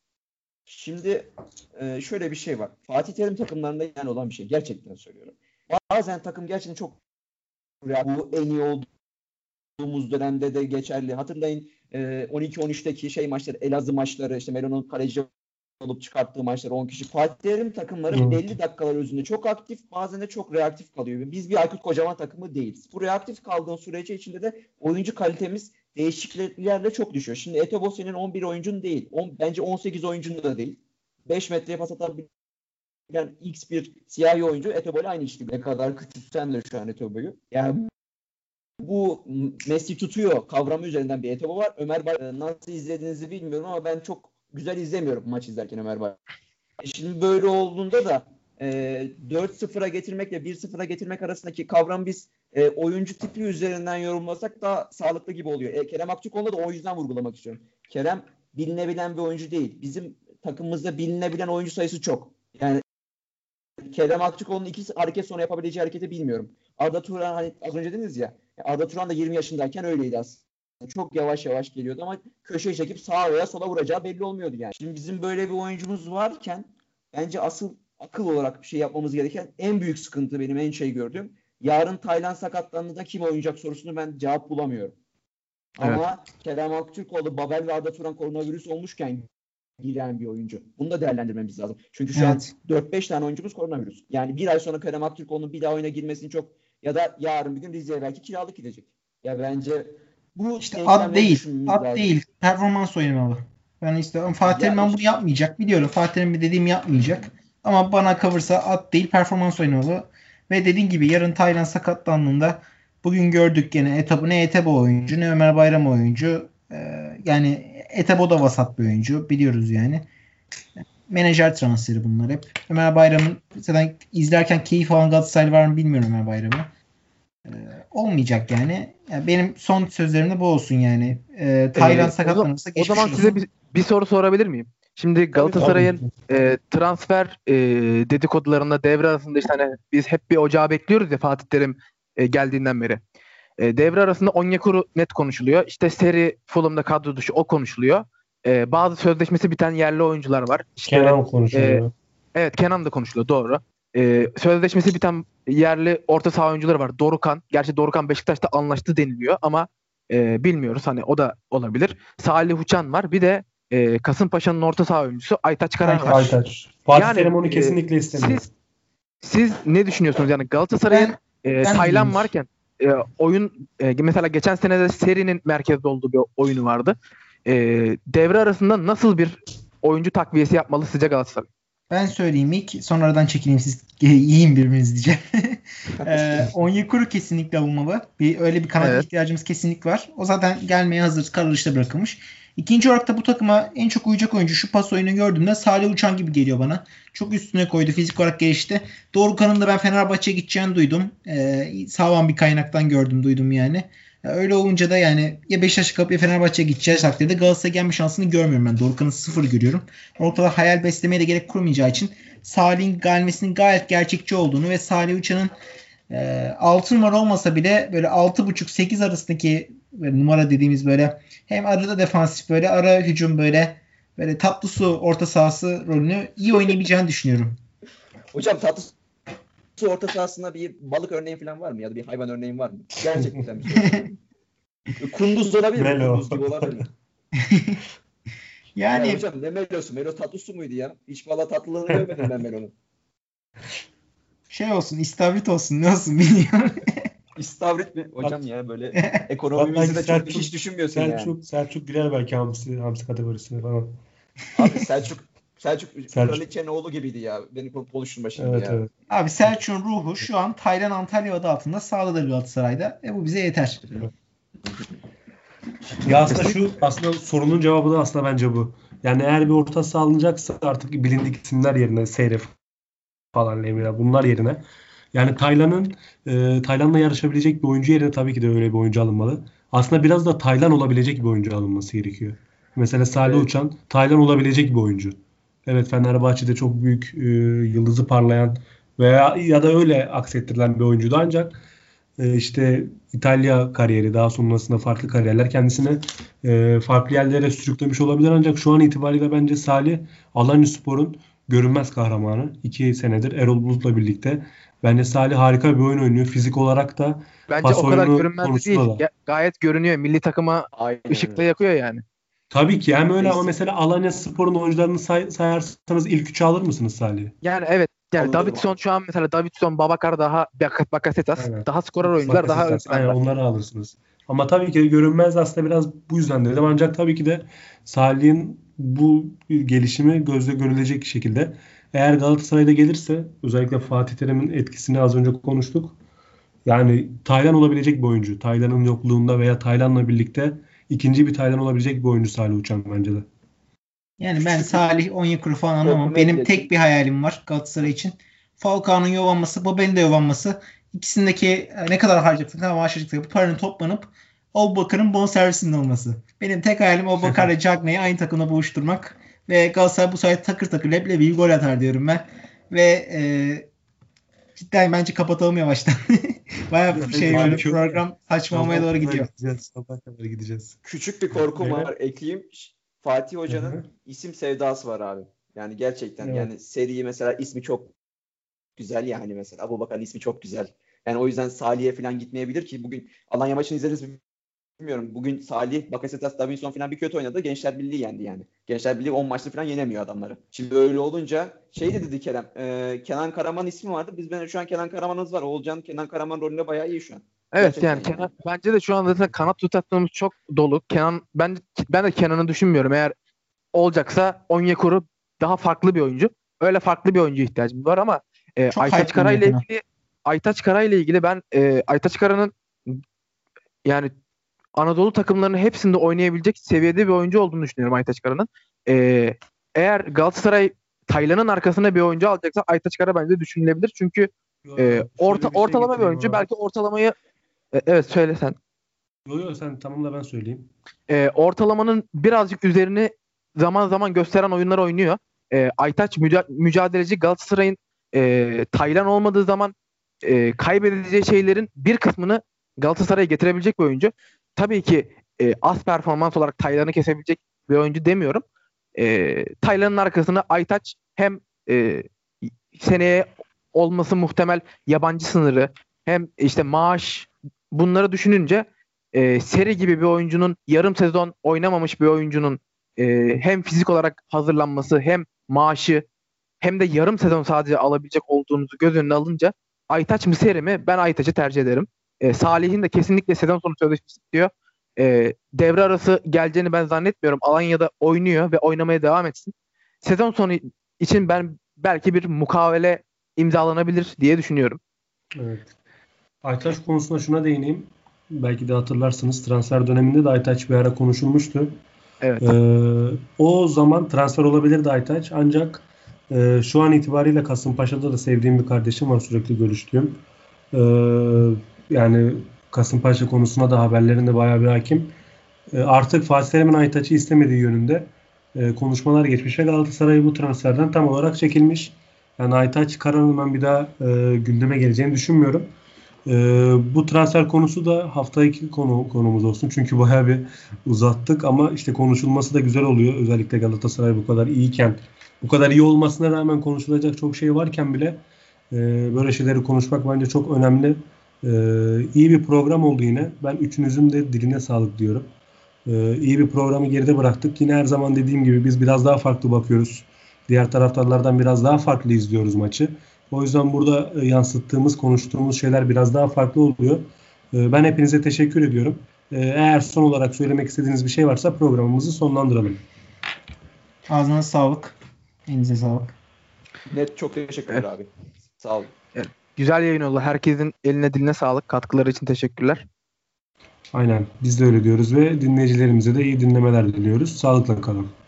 Şimdi şöyle bir şey var. Fatih Terim takımlarında yani olan bir şey. Gerçekten söylüyorum. Bazen takım gerçekten çok bu en iyi olduğumuz dönemde de geçerli. Hatırlayın 12-13'teki maçları, Elazığ maçları, işte Melo'nun kaleci olup çıkarttığı maçları 10 kişi. Fatih Terim takımları belli dakikalar özünde çok aktif, bazen de çok reaktif kalıyor. Biz bir Aykut Kocaman takımı değiliz. Bu reaktif kaldığın sürece içinde de oyuncu kalitemiz değişikliklerle çok düşüyor. Şimdi Etobo senin 11 oyuncun değil. Bence 18 oyuncun da değil. 5 metreye pas atabilen X bir siyahi oyuncu Etobo ile aynı işte. Ne kadar küçülsen de şu an Etobo'yu. Yani bu Messi tutuyor kavramı üzerinden bir Etobo var. Ömer Bay nasıl izlediğinizi bilmiyorum ama ben çok güzel izlemiyorum maç izlerken Ömer Bay. Şimdi böyle olduğunda da 4-0'a getirmekle 1-0'a getirmek arasındaki kavramı biz oyuncu tipi üzerinden yorumlasak da sağlıklı gibi oluyor. Kerem Aktürkoğlu'na da o yüzden vurgulamak istiyorum. Kerem bilinebilen bir oyuncu değil. Bizim takımımızda bilinebilen oyuncu sayısı çok. Yani Kerem Aktürkoğlu'nun iki hareket sonra yapabileceği hareketi bilmiyorum. Arda Turan hani az önce dediniz ya, Arda Turan da 20 yaşındayken öyleydi aslında. Çok yavaş yavaş geliyordu ama köşeye çekip sağa veya sola vuracağı belli olmuyordu yani. Şimdi bizim böyle bir oyuncumuz varken bence asıl akıl olarak bir şey yapmamız gereken en büyük sıkıntı benim en gördüğüm. Yarın Taylan sakatlandığında kim oynayacak sorusunu ben cevap bulamıyorum. Evet. Ama Kerem Aktürkoğlu, Babel ve Arda Turan koronavirüs olmuşken giren bir oyuncu. Bunu da değerlendirmemiz lazım. Çünkü şu an 4-5 tane oyuncumuz koronavirüs. Yani bir ay sonra Kerem Aktürkoğlu'nun bir daha oyuna girmesini çok ya da yarın bir gün Rize'ye belki kiralık gidecek. Ya bence bu işte ad değil. Performans oynamalı. Ben Fatih Terim bunu yapmayacak. Biliyorum Fatih Terim dediğimi yapmayacak. Ama bana kalırsa at değil performans oynalı. Ve dediğin gibi yarın Taylan sakatlandığında bugün gördük gene ne Etebo oyuncu ne Ömer Bayram oyuncu. Yani Etebo da vasat bir oyuncu. Biliyoruz yani. Menajer transferi bunlar hep. Ömer Bayram'ın zaten izlerken keyif alan Galatasaraylı var mı bilmiyorum Ömer Bayram'ı. Olmayacak yani. Benim son sözlerim de bu olsun yani. Taylan sakatlanırsa O geçmiş zaman olsun. size bir soru sorabilir miyim? Şimdi Galatasaray'ın transfer dedikodularında devre arasında işte hani biz hep bir ocağı bekliyoruz ya Fatih Terim geldiğinden beri. Devre arasında Onyekuru net konuşuluyor. İşte Seri Fulham'da kadro dışı o konuşuluyor. Bazı sözleşmesi biten yerli oyuncular var. İşte, Kenan konuşuyor. evet Kenan da konuşuluyor doğru. Sözleşmesi biten yerli orta saha oyuncuları var. Dorukhan. Gerçi Dorukhan Beşiktaş'ta anlaştı deniliyor ama bilmiyoruz. Hani o da olabilir. Salih Uçan var. Bir de Kasımpaşa'nın orta saha oyuncusu Aytaç Karay var. Aytaç. Fatih Yani, Terim onu kesinlikle istemiyor. Siz ne düşünüyorsunuz? Yani Galatasaray'ın Taylan Ben varken oyun mesela geçen sene de Seri'nin merkezde olduğu bir oyunu vardı. Devre arasında nasıl bir oyuncu takviyesi yapmalı sizce Galatasaray? Ben söyleyeyim ilk. Sonra aradan çekileyim siz yiyin birbirinizi diyeceğim. Onyekuru kesinlikle alınmalı. Öyle bir kanat ihtiyacımız kesinlikle var. O zaten gelmeye hazır. Kararışta bırakılmış. İkinci olarak da bu takıma en çok uyacak oyuncu şu pas oyunu gördüğümde Salih Uçan gibi geliyor bana. Çok üstüne koydu. Fizik olarak gelişti. Dorukhan'ın da ben Fenerbahçe'ye gideceğini duydum. Sağlam bir kaynaktan duydum yani. Öyle olunca da yani ya Beşiktaş'a kalıp ya Fenerbahçe'ye gideceğiz takdirde Galatasaray'a gelme şansını görmüyorum ben. Dorukhan'ı 0 görüyorum. Ortada hayal beslemeye de gerek kurmayacağı için Salih'in gelmesinin gayet gerçekçi olduğunu ve Salih Uçan'ın 6 numara olmasa bile böyle 6.5-8 arasındaki numara dediğimiz böyle hem arada defansif böyle ara hücum böyle tatlı su orta sahası rolünü iyi oynayabileceğini düşünüyorum. Hocam tatlı su orta sahasında bir balık örneğin falan var mı? Ya da bir hayvan örneğin var mı? Gerçekten bir şey. Kunduz olabilir mi? Kunduz gibi olabilir mi? Yani ya hocam ne Melo'su? Melo tatlı su muydu ya? Hiç valla tatlılığını görmedim ben Melo'nun. Şey olsun, istavrit olsun, ne olsun bilmiyorum. İstavrit mi? Hocam ya böyle ekonomimizi de çok hiç düşünmüyorsun yani. Selçuk girer belki hamsi kategorisine falan. Abi Selçuk Kraliçe'nin oğlu gibiydi ya. Beni konuşturma şimdi evet, ya. Evet. Abi Selçuk'un ruhu şu an Taylan Antalya adı altında sağladı Galatasaray'da. Bu bize yeter. Ya aslında sorunun cevabı da aslında bence bu. Yani eğer bir orta saha alınacaksa artık bilindik isimler yerine Seyref falan Lemina bunlar yerine yani Taylan'la yarışabilecek bir oyuncu yerine tabii ki de öyle bir oyuncu alınmalı. Aslında biraz da Taylan olabilecek bir oyuncu alınması gerekiyor. Mesela Salih Uçan Taylan olabilecek bir oyuncu. Evet Fenerbahçe'de çok büyük yıldızı parlayan ya da öyle aksettirilen bir oyuncuydu ancak işte İtalya kariyeri daha sonrasında farklı kariyerler kendisini farklı yerlere sürüklemiş olabilir ancak şu an itibariyle bence Salih Alanyaspor'un görünmez kahramanı. 2 senedir Erol Bulut'la birlikte. Bence Salih harika bir oyun oynuyor. Fizik olarak da Bence pas o kadar oyunu görünmez değil. konusunda da. Gayet görünüyor. Milli takıma ışıkla yakıyor yani. Tabii ki hem öyle ama mesela Alanyaspor'un oyuncularını sayarsanız ilk 3'e alır mısınız Salih'i? Yani evet. Yani Anladım. Davidson şu an mesela Babakar daha Bakasetas Aynen. daha skorer oyuncular daha ön Aynen planda. onları alırsınız. Ama tabii ki görünmez aslında biraz bu yüzden dedim. Ancak tabii ki de Salih'in bu gelişimi gözle görülecek şekilde eğer Galatasaray'da gelirse özellikle Fatih Terim'in etkisini az önce konuştuk. Yani Taylan olabilecek bir oyuncu. Taylan'ın yokluğunda veya Taylan'la birlikte ikinci bir Taylan olabilecek bir oyuncu Salih Uçan bence de. Yani ben Salih Onyekuru falan anlamam. Benim tek bir hayalim var Galatasaray için. Falcao'nun yovanması, Babel'in de yovanması. İkisindeki ne kadar harcayacaksak, ne harcayacaksak bu paranın toplanıp Abubakar'ın bonservisinin olması. Benim tek hayalim Abubakar ile Cagney'i aynı takımda buluşturmak. Ve Galatasaray bu sayede takır takır leblebi gol atar diyorum ben. Ve cidden bence kapatalım yavaştan. Bayağı bir böyle program saçmalamaya doğru gidiyor. Gideceğiz. Küçük bir korkum var. Ekleyeyim. Fatih Hoca'nın isim sevdası var abi. Yani gerçekten yani seriyi mesela ismi çok güzel yani mesela Abubakar'ın ismi çok güzel. Yani o yüzden Salih'e falan gitmeyebilir ki bugün Alanya maçını izlediniz mi bilmiyorum. Bugün Salih, Bakasetas, Davinson falan bir kötü oynadı. Gençler Birliği yendi yani. Gençler Birliği 10 maçta falan yenemiyor adamları. Şimdi öyle olunca dedi Kerem. Kenan Karaman ismi vardı. Şu an Kenan Karaman'ımız var. Oğulcan Kenan Karaman rolünde bayağı iyi şu an. Evet gerçekten yani bence de şu an zaten kanat tutattığımız çok dolu. Ben de Kenan'ı düşünmüyorum. Eğer olacaksa Onyekuru daha farklı bir oyuncu. öyle farklı bir oyuncuya ihtiyacımız var ama Çok Aytaç hype'lı Kara ile yakına. ilgili ben Aytaç Kara'nın yani Anadolu takımlarının hepsinde oynayabilecek seviyede bir oyuncu olduğunu düşünüyorum Aytaç Kara'nın. Eğer Galatasaray Taylan'ın arkasına bir oyuncu alacaksa Aytaç Kara bence düşünülebilir. Çünkü Şöyle bir şey ortalama bir getireyim oyuncu. ona. Belki ortalamayı evet söyle sen. Yo, sen tamamla, ben söyleyeyim. Ortalamanın birazcık üzerini zaman zaman gösteren oyunlar oynuyor. Aytaç mücadeleci, Galatasaray'ın Taylan olmadığı zaman kaybedeceği şeylerin bir kısmını Galatasaray'a getirebilecek bir oyuncu. Tabii ki az performans olarak Taylan'ı kesebilecek bir oyuncu demiyorum. Taylan'ın arkasına Aytaç hem seneye olması muhtemel yabancı sınırı hem işte maaş, bunları düşününce Seri gibi bir oyuncunun, yarım sezon oynamamış bir oyuncunun hem fizik olarak hazırlanması hem maaşı hem de yarım sezon sadece alabilecek olduğunuzu göz önüne alınca Aytaç mı Seri mi? Ben Aytaç'ı tercih ederim. Salih'in de kesinlikle sezon sonu sözleşmesi istiyor. Devre arası geleceğini ben zannetmiyorum. Alanya'da oynuyor ve oynamaya devam etsin. Sezon sonu için ben belki bir mukavele imzalanabilir diye düşünüyorum. Evet. Aytaç konusunda şuna değineyim. Belki de hatırlarsınız, transfer döneminde de Aytaç bir ara konuşulmuştu. Evet. O zaman transfer olabilirdi Aytaç. Ancak şu an itibariyle Kasımpaşa'da da sevdiğim bir kardeşim var, sürekli görüştüğüm. Yani Kasımpaşa konusuna da haberlerinde bayağı bir hakim. Artık Fatih Terim'in Aytaç'ı istemediği yönünde konuşmalar geçmiş ve Galatasaray bu transferden tam olarak çekilmiş. Yani Aytaç Kara'nın ben bir daha gündeme geleceğini düşünmüyorum. Bu transfer konusu da haftaki konumuz olsun. Çünkü bayağı bir uzattık ama işte konuşulması da güzel oluyor. Özellikle Galatasaray bu kadar iyiyken, bu kadar iyi olmasına rağmen konuşulacak çok şey varken bile böyle şeyleri konuşmak bence çok önemli. İyi bir program oldu yine. Ben üçünüzün de diline sağlık diyorum. İyi bir programı geride bıraktık. Yine her zaman dediğim gibi biz biraz daha farklı bakıyoruz. Diğer taraftarlardan biraz daha farklı izliyoruz maçı. O yüzden burada yansıttığımız, konuştuğumuz şeyler biraz daha farklı oluyor. Ben hepinize teşekkür ediyorum. Eğer son olarak söylemek istediğiniz bir şey varsa programımızı sonlandıralım. Ağzına sağlık. Elinize sağlık. Net, çok teşekkürler abi. Sağ olun. Güzel yayın oldu. Herkesin eline diline sağlık. Katkıları için teşekkürler. Aynen. Biz de öyle diyoruz ve dinleyicilerimize de iyi dinlemeler diliyoruz. Sağlıkla kalın.